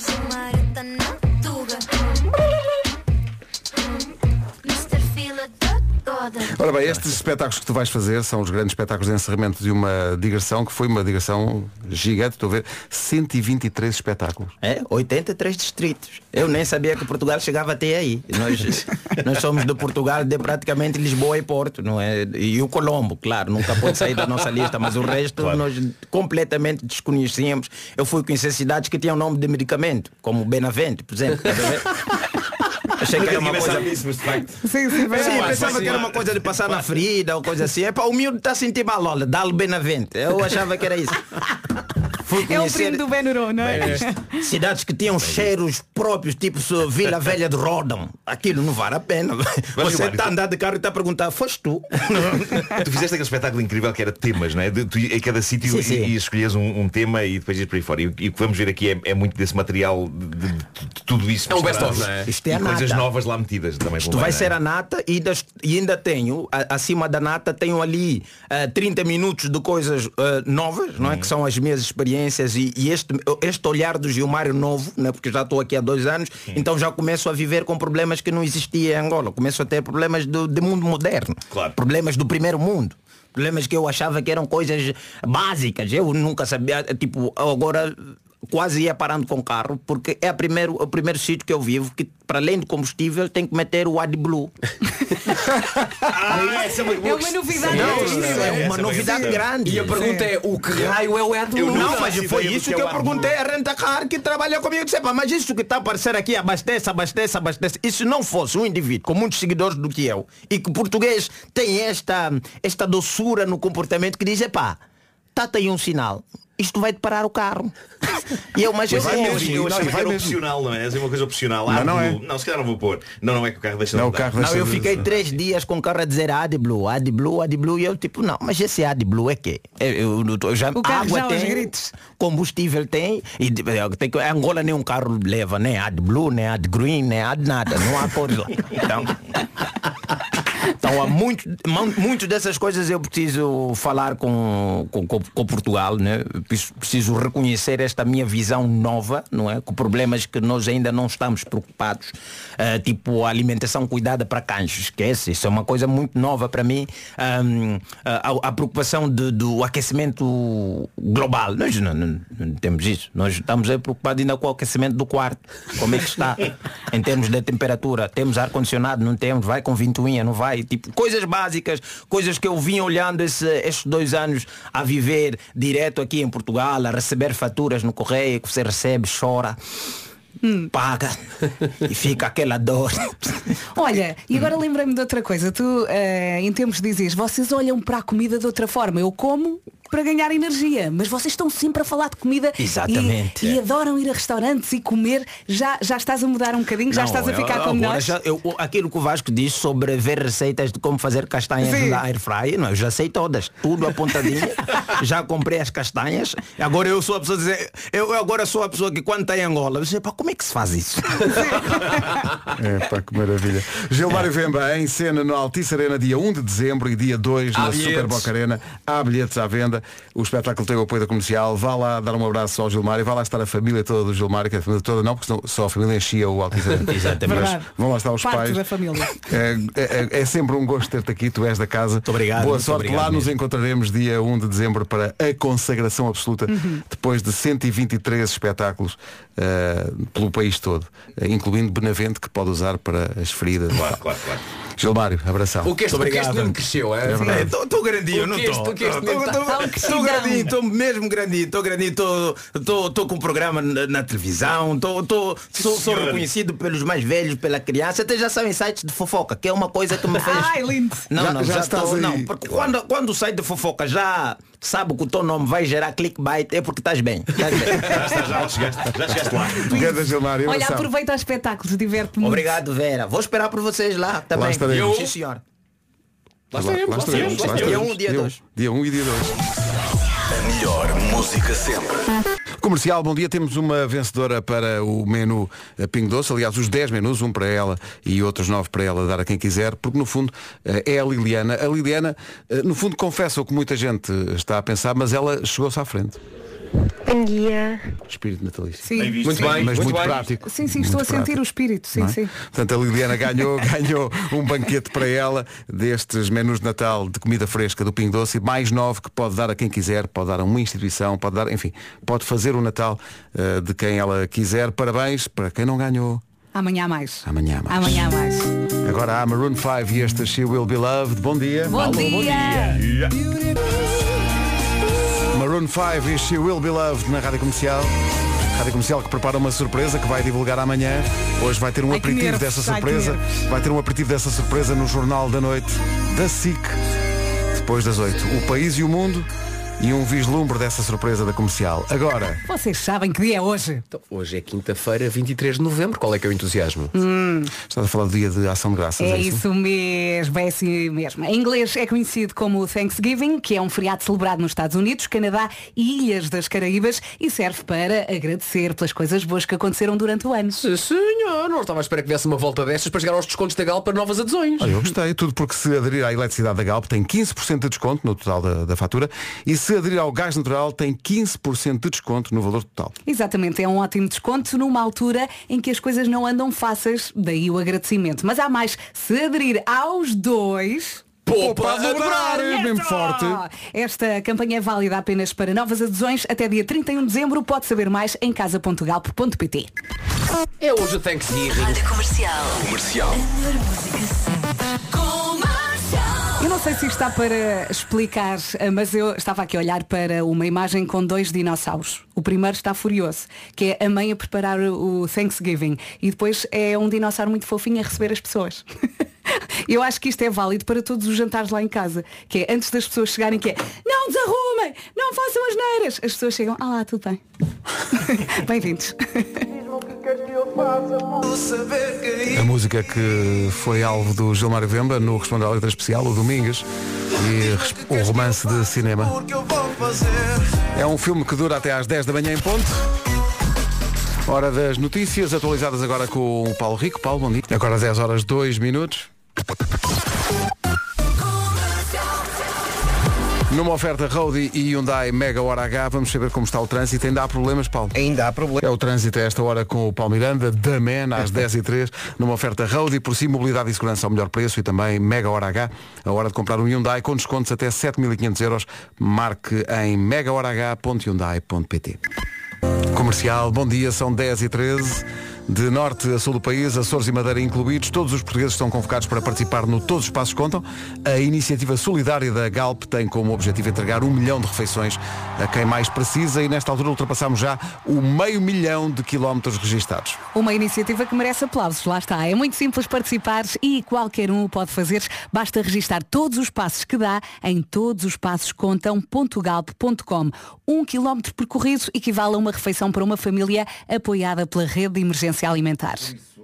Ora bem, estes espetáculos que tu vais fazer são os grandes espetáculos de encerramento de uma digressão, que foi uma digressão gigante, estou a ver, 123 espetáculos. 83 distritos. Eu nem sabia que Portugal chegava até aí. Nós somos de Portugal, de praticamente Lisboa e Porto, não é? E o Colombo, claro, nunca pode sair da nossa lista, mas o resto nós completamente desconhecíamos. Eu fui conhecer cidades que tinham nome de medicamento, como Benavente, por exemplo. Achei que era uma coisa. Pensava que era uma coisa de passar na ferida ou coisa assim. O miúdo está a sentir mal, olha, dá-lhe Benavente. Eu achava que era isso. É o primo do Benurô, não é? Cidades que tinham cheiros próprios, tipo Vila Velha de Rodão. Aquilo não vale a pena. Você está a andar de carro e está a perguntar: foste tu? Tu fizeste aquele espetáculo incrível que era temas, não é? Tu, em cada sítio e escolhias um tema e depois ias por aí fora. E o que vamos ver aqui é muito desse material de tudo isso É um misturado best-of, não é? Isto é a coisas nata. novas lá metidas também. Isto vai ser a nata e ainda tenho, acima da nata, tenho ali 30 minutos de coisas novas, não é? Que são as minhas experiências e este olhar do Gilmário novo, né? Porque já estou aqui há 2 anos, então já começo a viver com problemas que não existiam em Angola. Começo a ter problemas do mundo moderno. Claro. Problemas do primeiro mundo. Problemas que eu achava que eram coisas básicas. Eu nunca sabia, tipo, agora quase ia parando com o carro, porque é o primeiro sítio que eu vivo que, para além do combustível, tem que meter o AdBlue. Essa é uma É uma novidade. É uma novidade grande. E a pergunta é, o que raio é o AdBlue? Não, mas foi isso que eu perguntei a Rentacar, que trabalha comigo. Eu disse, mas isso que está a aparecer aqui, abastece. E se não fosse um indivíduo com muitos seguidores do que eu, e que o português tem esta doçura no comportamento que diz, tá aí um sinal. Isto vai-te parar o carro. E eu, mas eu achava que era opcional, não é? É uma coisa opcional. Não é. Não, se calhar não vou pôr. Não é que o carro deixa de andar. Não, eu fiquei 3 dias com o carro a dizer AdBlue. E eu tipo, não, mas esse AdBlue é quê? Eu já, água já tem, combustível tem, e Angola nem um carro leva, nem AdBlue, nem AdGreen, nem Ad nada. Não há cores lá. Então há muito dessas coisas eu preciso falar com Portugal, né? Preciso reconhecer esta minha visão nova, não é? Com problemas que nós ainda não estamos preocupados, tipo a alimentação cuidada para cães, esquece, isso é uma coisa muito nova para mim. A preocupação do aquecimento global, nós não temos isso, nós estamos preocupados ainda com o aquecimento do quarto, como é que está em termos de temperatura, temos ar-condicionado, não temos, vai com ventoinha, não vai, tipo, coisas básicas, coisas que eu vim olhando estes 2 anos a viver direto aqui em Portugal, a receber faturas no correio, que você recebe, chora, paga e fica aquela dor. Olha, e agora lembrei-me de outra coisa. Tu, em tempos dizias, vocês olham para a comida de outra forma. Eu como para ganhar energia, mas vocês estão sempre a falar de comida. Exatamente. E adoram ir a restaurantes e comer. Já estás a mudar um bocadinho, já estás a ficar como nós. Aquilo que o Vasco disse sobre ver receitas de como fazer castanhas na air fryer, eu já sei todas, tudo apontadinho. Já comprei as castanhas. Agora eu sou a pessoa dizer, eu agora sou a pessoa que quando está em Angola, eu sei, como é que se faz isso? Que maravilha. Gilmário Vemba em cena no Altice Arena dia 1 de dezembro e dia 2 na Super Boca Arena. Há bilhetes à venda. O espetáculo tem o apoio da Comercial. Vá lá dar um abraço ao Gilmário. Vá lá estar a família toda do Gilmário, que a família toda não, porque só a família enchia o Altice Arena. Exatamente. Mas vão lá estar os Parte pais. da família. É sempre um gosto ter-te aqui. Tu és da casa. Muito obrigado. Boa sorte. Obrigado lá mesmo. nos encontraremos dia 1 de dezembro para a consagração absoluta, depois de 123 espetáculos pelo país todo, incluindo Benavente, que pode usar para as feridas. Claro. Gilmário, abração. O que este mesmo cresceu, é? Estou grandinho, não estou. Estou grandinho, estou mesmo grandinho, estou com um programa na televisão, sou reconhecido pelos mais velhos, pela criança, até já são em sites de fofoca, que é uma coisa que me fez. Ai, lindo. Já estás aí. Não, porque quando o site de fofoca já sabe que o teu nome vai gerar clickbait, é porque estás bem. Já chegaste lá. Obrigado, Gilmário. Olha, abração. aproveita o espetáculo, diverte muito. Obrigado, Vera. Vou esperar por vocês lá também. Lá estaremos. Sim, senhor. Lá estaremos. Dia 1, dia 2. Dia 1 e dia 2. A melhor música sempre. Comercial, bom dia. Temos uma vencedora para o menu Pingo Doce. Aliás, os 10 menus, um para ela e outros 9 para ela dar a quem quiser, porque no fundo é a Liliana. A Liliana, no fundo, confessa o que muita gente está a pensar, mas ela chegou-se à frente. Bom dia. Espírito natalício. Sim. Muito bem, Mas muito bem. prático. Sim, Muito estou a sentir prático. o espírito. Sim, Não é? sim. Portanto, a Liliana ganhou um banquete para ela destes menus de Natal de comida fresca do Pingo Doce, mais 9 que pode dar a quem quiser, pode dar a uma instituição, pode dar, enfim, pode fazer o Natal de quem ela quiser. Parabéns para quem não ganhou. Amanhã há mais. Amanhã há mais. Amanhã há mais. Agora há Maroon 5 e este She Will Be Loved. Bom dia. Bom dia. Maroon 5 e She Will Be Loved na Rádio Comercial. Rádio Comercial que prepara uma surpresa que vai divulgar amanhã. Hoje vai ter um Ai, que aperitivo nervos, dessa ai, que surpresa. nervos. Vai ter um aperitivo dessa surpresa no Jornal da Noite da SIC. Depois das 8. O País e o Mundo e um vislumbre dessa surpresa da Comercial. Agora, Vocês sabem que dia é hoje? Então, hoje é quinta-feira, 23 de novembro. Qual é que é o entusiasmo? estás a falar do dia de ação de graças, É isso mesmo, é assim mesmo. Em inglês é conhecido como Thanksgiving, que é um feriado celebrado nos Estados Unidos, Canadá e Ilhas das Caraíbas e serve para agradecer pelas coisas boas que aconteceram durante o ano. Sim, senhor. Não estava à espera que viesse uma volta destas para chegar aos descontos da Galp para novas adesões. Olha, eu gostei, tudo porque se aderir à eletricidade da Galp tem 15% de desconto no total da fatura e se aderir ao gás natural tem 15% de desconto no valor total. Exatamente, é um ótimo desconto numa altura em que as coisas não andam fáceis, daí o agradecimento. Mas há mais, se aderir aos dois... Poupa a dobrar, é mesmo forte. Esta campanha é válida apenas para novas adesões até dia 31 de dezembro. Pode saber mais em casa.galp.pt. É hoje o Thanksgiving. Rádio Comercial. Comercial. Eu não sei se isto está para explicar, mas eu estava aqui a olhar para uma imagem com 2 dinossauros. O primeiro está furioso, que é a mãe a preparar o Thanksgiving. E depois é um dinossauro muito fofinho a receber as pessoas. Eu acho que isto é válido para todos os jantares lá em casa. Que é antes das pessoas chegarem, que é não desarrumem, não façam asneiras. As pessoas chegam, lá, tudo bem. Bem-vindos. A música que foi alvo do Gilmário Vemba no Responde à Letra Especial, o Domingas, e o romance de cinema. É um filme que dura até às 10 da manhã em ponto. Hora das notícias, atualizadas agora com o Paulo Rico. Paulo, bom dia. Agora às 10 horas 2 minutos. Numa oferta Roadie e Hyundai Mega Hora H, vamos saber como está o trânsito. Ainda há problemas, Paulo? Ainda há problemas. É o trânsito a esta hora com o Paulo Miranda, da MEN, às 10h03, numa oferta Roadie, por si, mobilidade e segurança ao melhor preço e também Mega Hora H. A hora de comprar um Hyundai com descontos até 7.500 euros. Marque em megahorah.hyundai.pt. Comercial, bom dia, são 10h13. De norte a sul do país, Açores e Madeira incluídos, todos os portugueses estão convocados para participar no Todos os Passos Contam. A iniciativa solidária da Galp tem como objetivo entregar 1 milhão de refeições a quem mais precisa e nesta altura ultrapassamos já o 500 mil de quilómetros registados. Uma iniciativa que merece aplausos, lá está. É muito simples participar e qualquer um o pode fazer. Basta registar todos os passos que dá em todosospassoscontam.galp.com. 1 quilómetro percorrido equivale a uma refeição para uma família apoiada pela rede de emergência alimentar.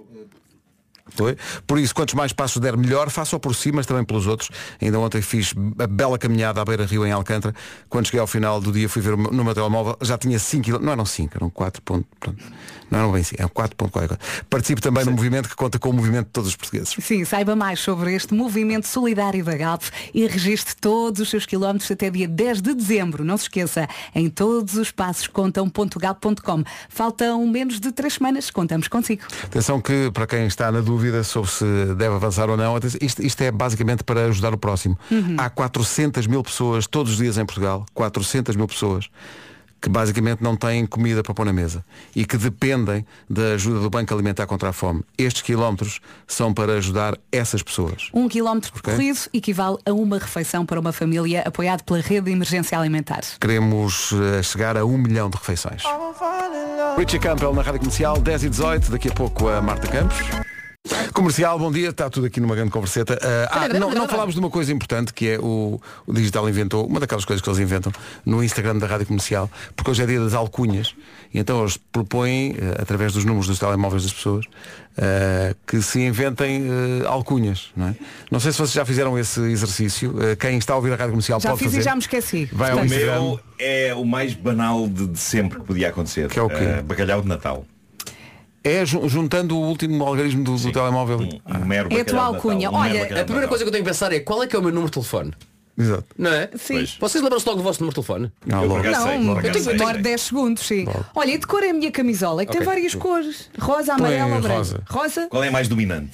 Por isso, quantos mais passos der, melhor. Faça-o por si, mas também pelos outros. Ainda ontem fiz a bela caminhada à beira-rio em Alcântara. Quando cheguei ao final do dia, fui ver no meu telemóvel, já tinha 5 km. Não eram 5, eram 4 pontos. Não eram bem 5, eram 4.4. Participe também no movimento que conta com o movimento de todos os portugueses. Sim, saiba mais sobre este movimento solidário da Galp e registre todos os seus quilómetros até dia 10 de dezembro. Não se esqueça, em todosospassoscontam.galp.com. Faltam menos de 3 semanas, contamos consigo. Atenção que, para quem está na dúvida sobre se deve avançar ou não, isto é basicamente para ajudar o próximo. Há 400 mil pessoas todos os dias em Portugal, 400 mil pessoas que basicamente não têm comida para pôr na mesa e que dependem da ajuda do Banco Alimentar contra a Fome. Estes quilómetros são para ajudar essas pessoas. 1 quilómetro percorrido equivale a uma refeição para uma família apoiado pela rede de emergência alimentar. Queremos chegar a 1 milhão de refeições. Richie Campbell na Rádio Comercial, 10h18, daqui a pouco a Marta Campos. Comercial, bom dia, está tudo aqui numa grande converseta. Não falámos de uma coisa importante que é o Digital inventou, uma daquelas coisas que eles inventam no Instagram da Rádio Comercial, porque hoje é dia das alcunhas e então eles propõem, através dos números dos telemóveis das pessoas, que se inventem alcunhas, não é? Não sei se vocês já fizeram esse exercício. Quem está a ouvir a Rádio Comercial já pode fiz fazer. E já me esqueci. Vai ao Instagram. O meu é o mais banal de sempre que podia acontecer. Que é o quê? Bacalhau de Natal. É juntando o último algarismo do telemóvel. Um mero é a tua alcunha. Olha, a primeira coisa que eu tenho que pensar é qual é que é o meu número de telefone. Exato. Não é? Sim. Pois. Vocês lembram-se logo do vosso número de telefone? Não, logo. Eu tenho que demorar 10 segundos, sim. Logo. Olha, e de cor é a minha camisola, é que tem várias cores. Rosa, amarela, branco. Rosa? Qual é mais dominante?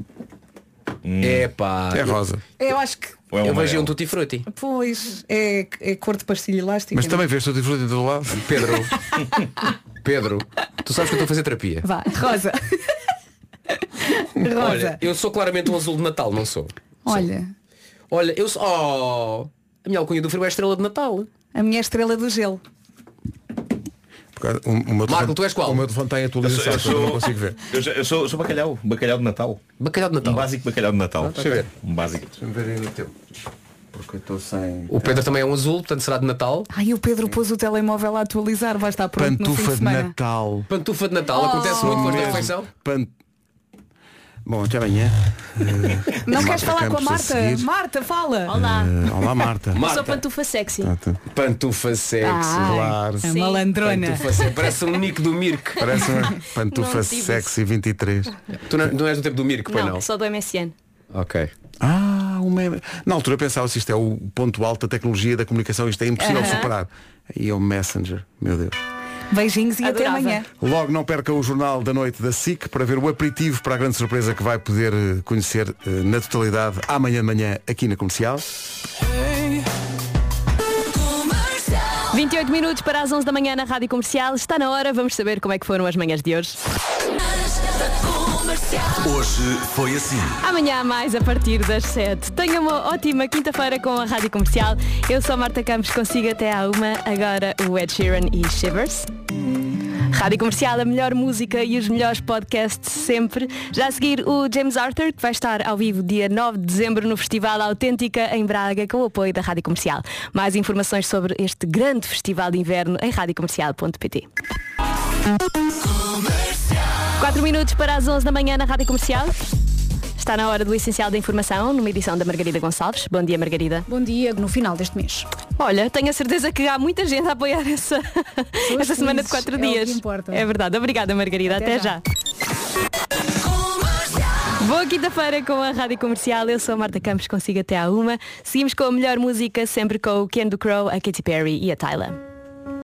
Epá. É rosa. Eu acho que... Eu vejo um tutti frutti. Pois, é cor de pastilha elástica. Mas também vês tutti frutti do lado. Pedro, tu sabes que eu estou a fazer terapia. Vá, rosa. Rosa. Olha, eu sou claramente um azul de Natal, não sou? Olha, eu sou... Oh, a minha alcunha do frio é a estrela de Natal. a minha estrela do gelo. Marco, tu és qual? O meu telefone tem atualização, eu não consigo ver. Eu sou bacalhau de Natal. Bacalhau de Natal. Um básico bacalhau de Natal. Deixa eu ver. Um básico. Deixa-me ver aí no teu. porque eu estou sem... O Pedro também é um azul, portanto será de Natal. Ai, o Pedro pôs o telemóvel a atualizar, vai estar pronto no fim Pantufa de de semana. Natal. Pantufa de Natal, acontece muito depois da refeição. Bom, até amanhã. Não queres Marta falar com a Campos a Marta? seguir. Marta, fala. Olá. Olá, Marta. Eu sou pantufa sexy. Pantufa sexy. Claro. A malandrona. Pantufa sexy. Parece um nick do Mirk. Parece uma pantufa Não tive sexy 23. Tu não és do tempo do Mirk, pois Não, não? só do MSN. Ok. Na altura eu pensava se isto é o ponto alto da tecnologia da comunicação, isto é impossível de Aham. superar. E é o Messenger, meu Deus. Beijinhos e Adorava. até amanhã. Logo não perca o Jornal da Noite da SIC para ver o aperitivo para a grande surpresa que vai poder conhecer na totalidade amanhã de manhã aqui na Comercial. 28 minutos para as 11 da manhã na Rádio Comercial. Está na hora, vamos saber como é que foram as manhãs de hoje. Hoje foi assim. Amanhã há mais a partir das 7. Tenha uma ótima quinta-feira com a Rádio Comercial. Eu sou a Marta Campos, consigo até à 1. Agora o Ed Sheeran e Shivers. Rádio Comercial, a melhor música e os melhores podcasts sempre. Já a seguir o James Arthur, que vai estar ao vivo dia 9 de dezembro no Festival Autêntica em Braga, com o apoio da Rádio Comercial. Mais informações sobre este grande festival de inverno em radiocomercial.pt. 4 minutos para as 11 da manhã na Rádio Comercial. Está na hora do Essencial da Informação, numa edição da Margarida Gonçalves. Bom dia, Margarida. Bom dia, no final deste mês. Olha, tenho a certeza que há muita gente a apoiar essa semana de 4 dias. É o que importa. É verdade. Obrigada, Margarida. Até já. Boa quinta-feira com a Rádio Comercial. Eu sou a Marta Campos, consigo até à 1. Seguimos com a melhor música, sempre com o Ken do Crow, a Katy Perry e a Tyla.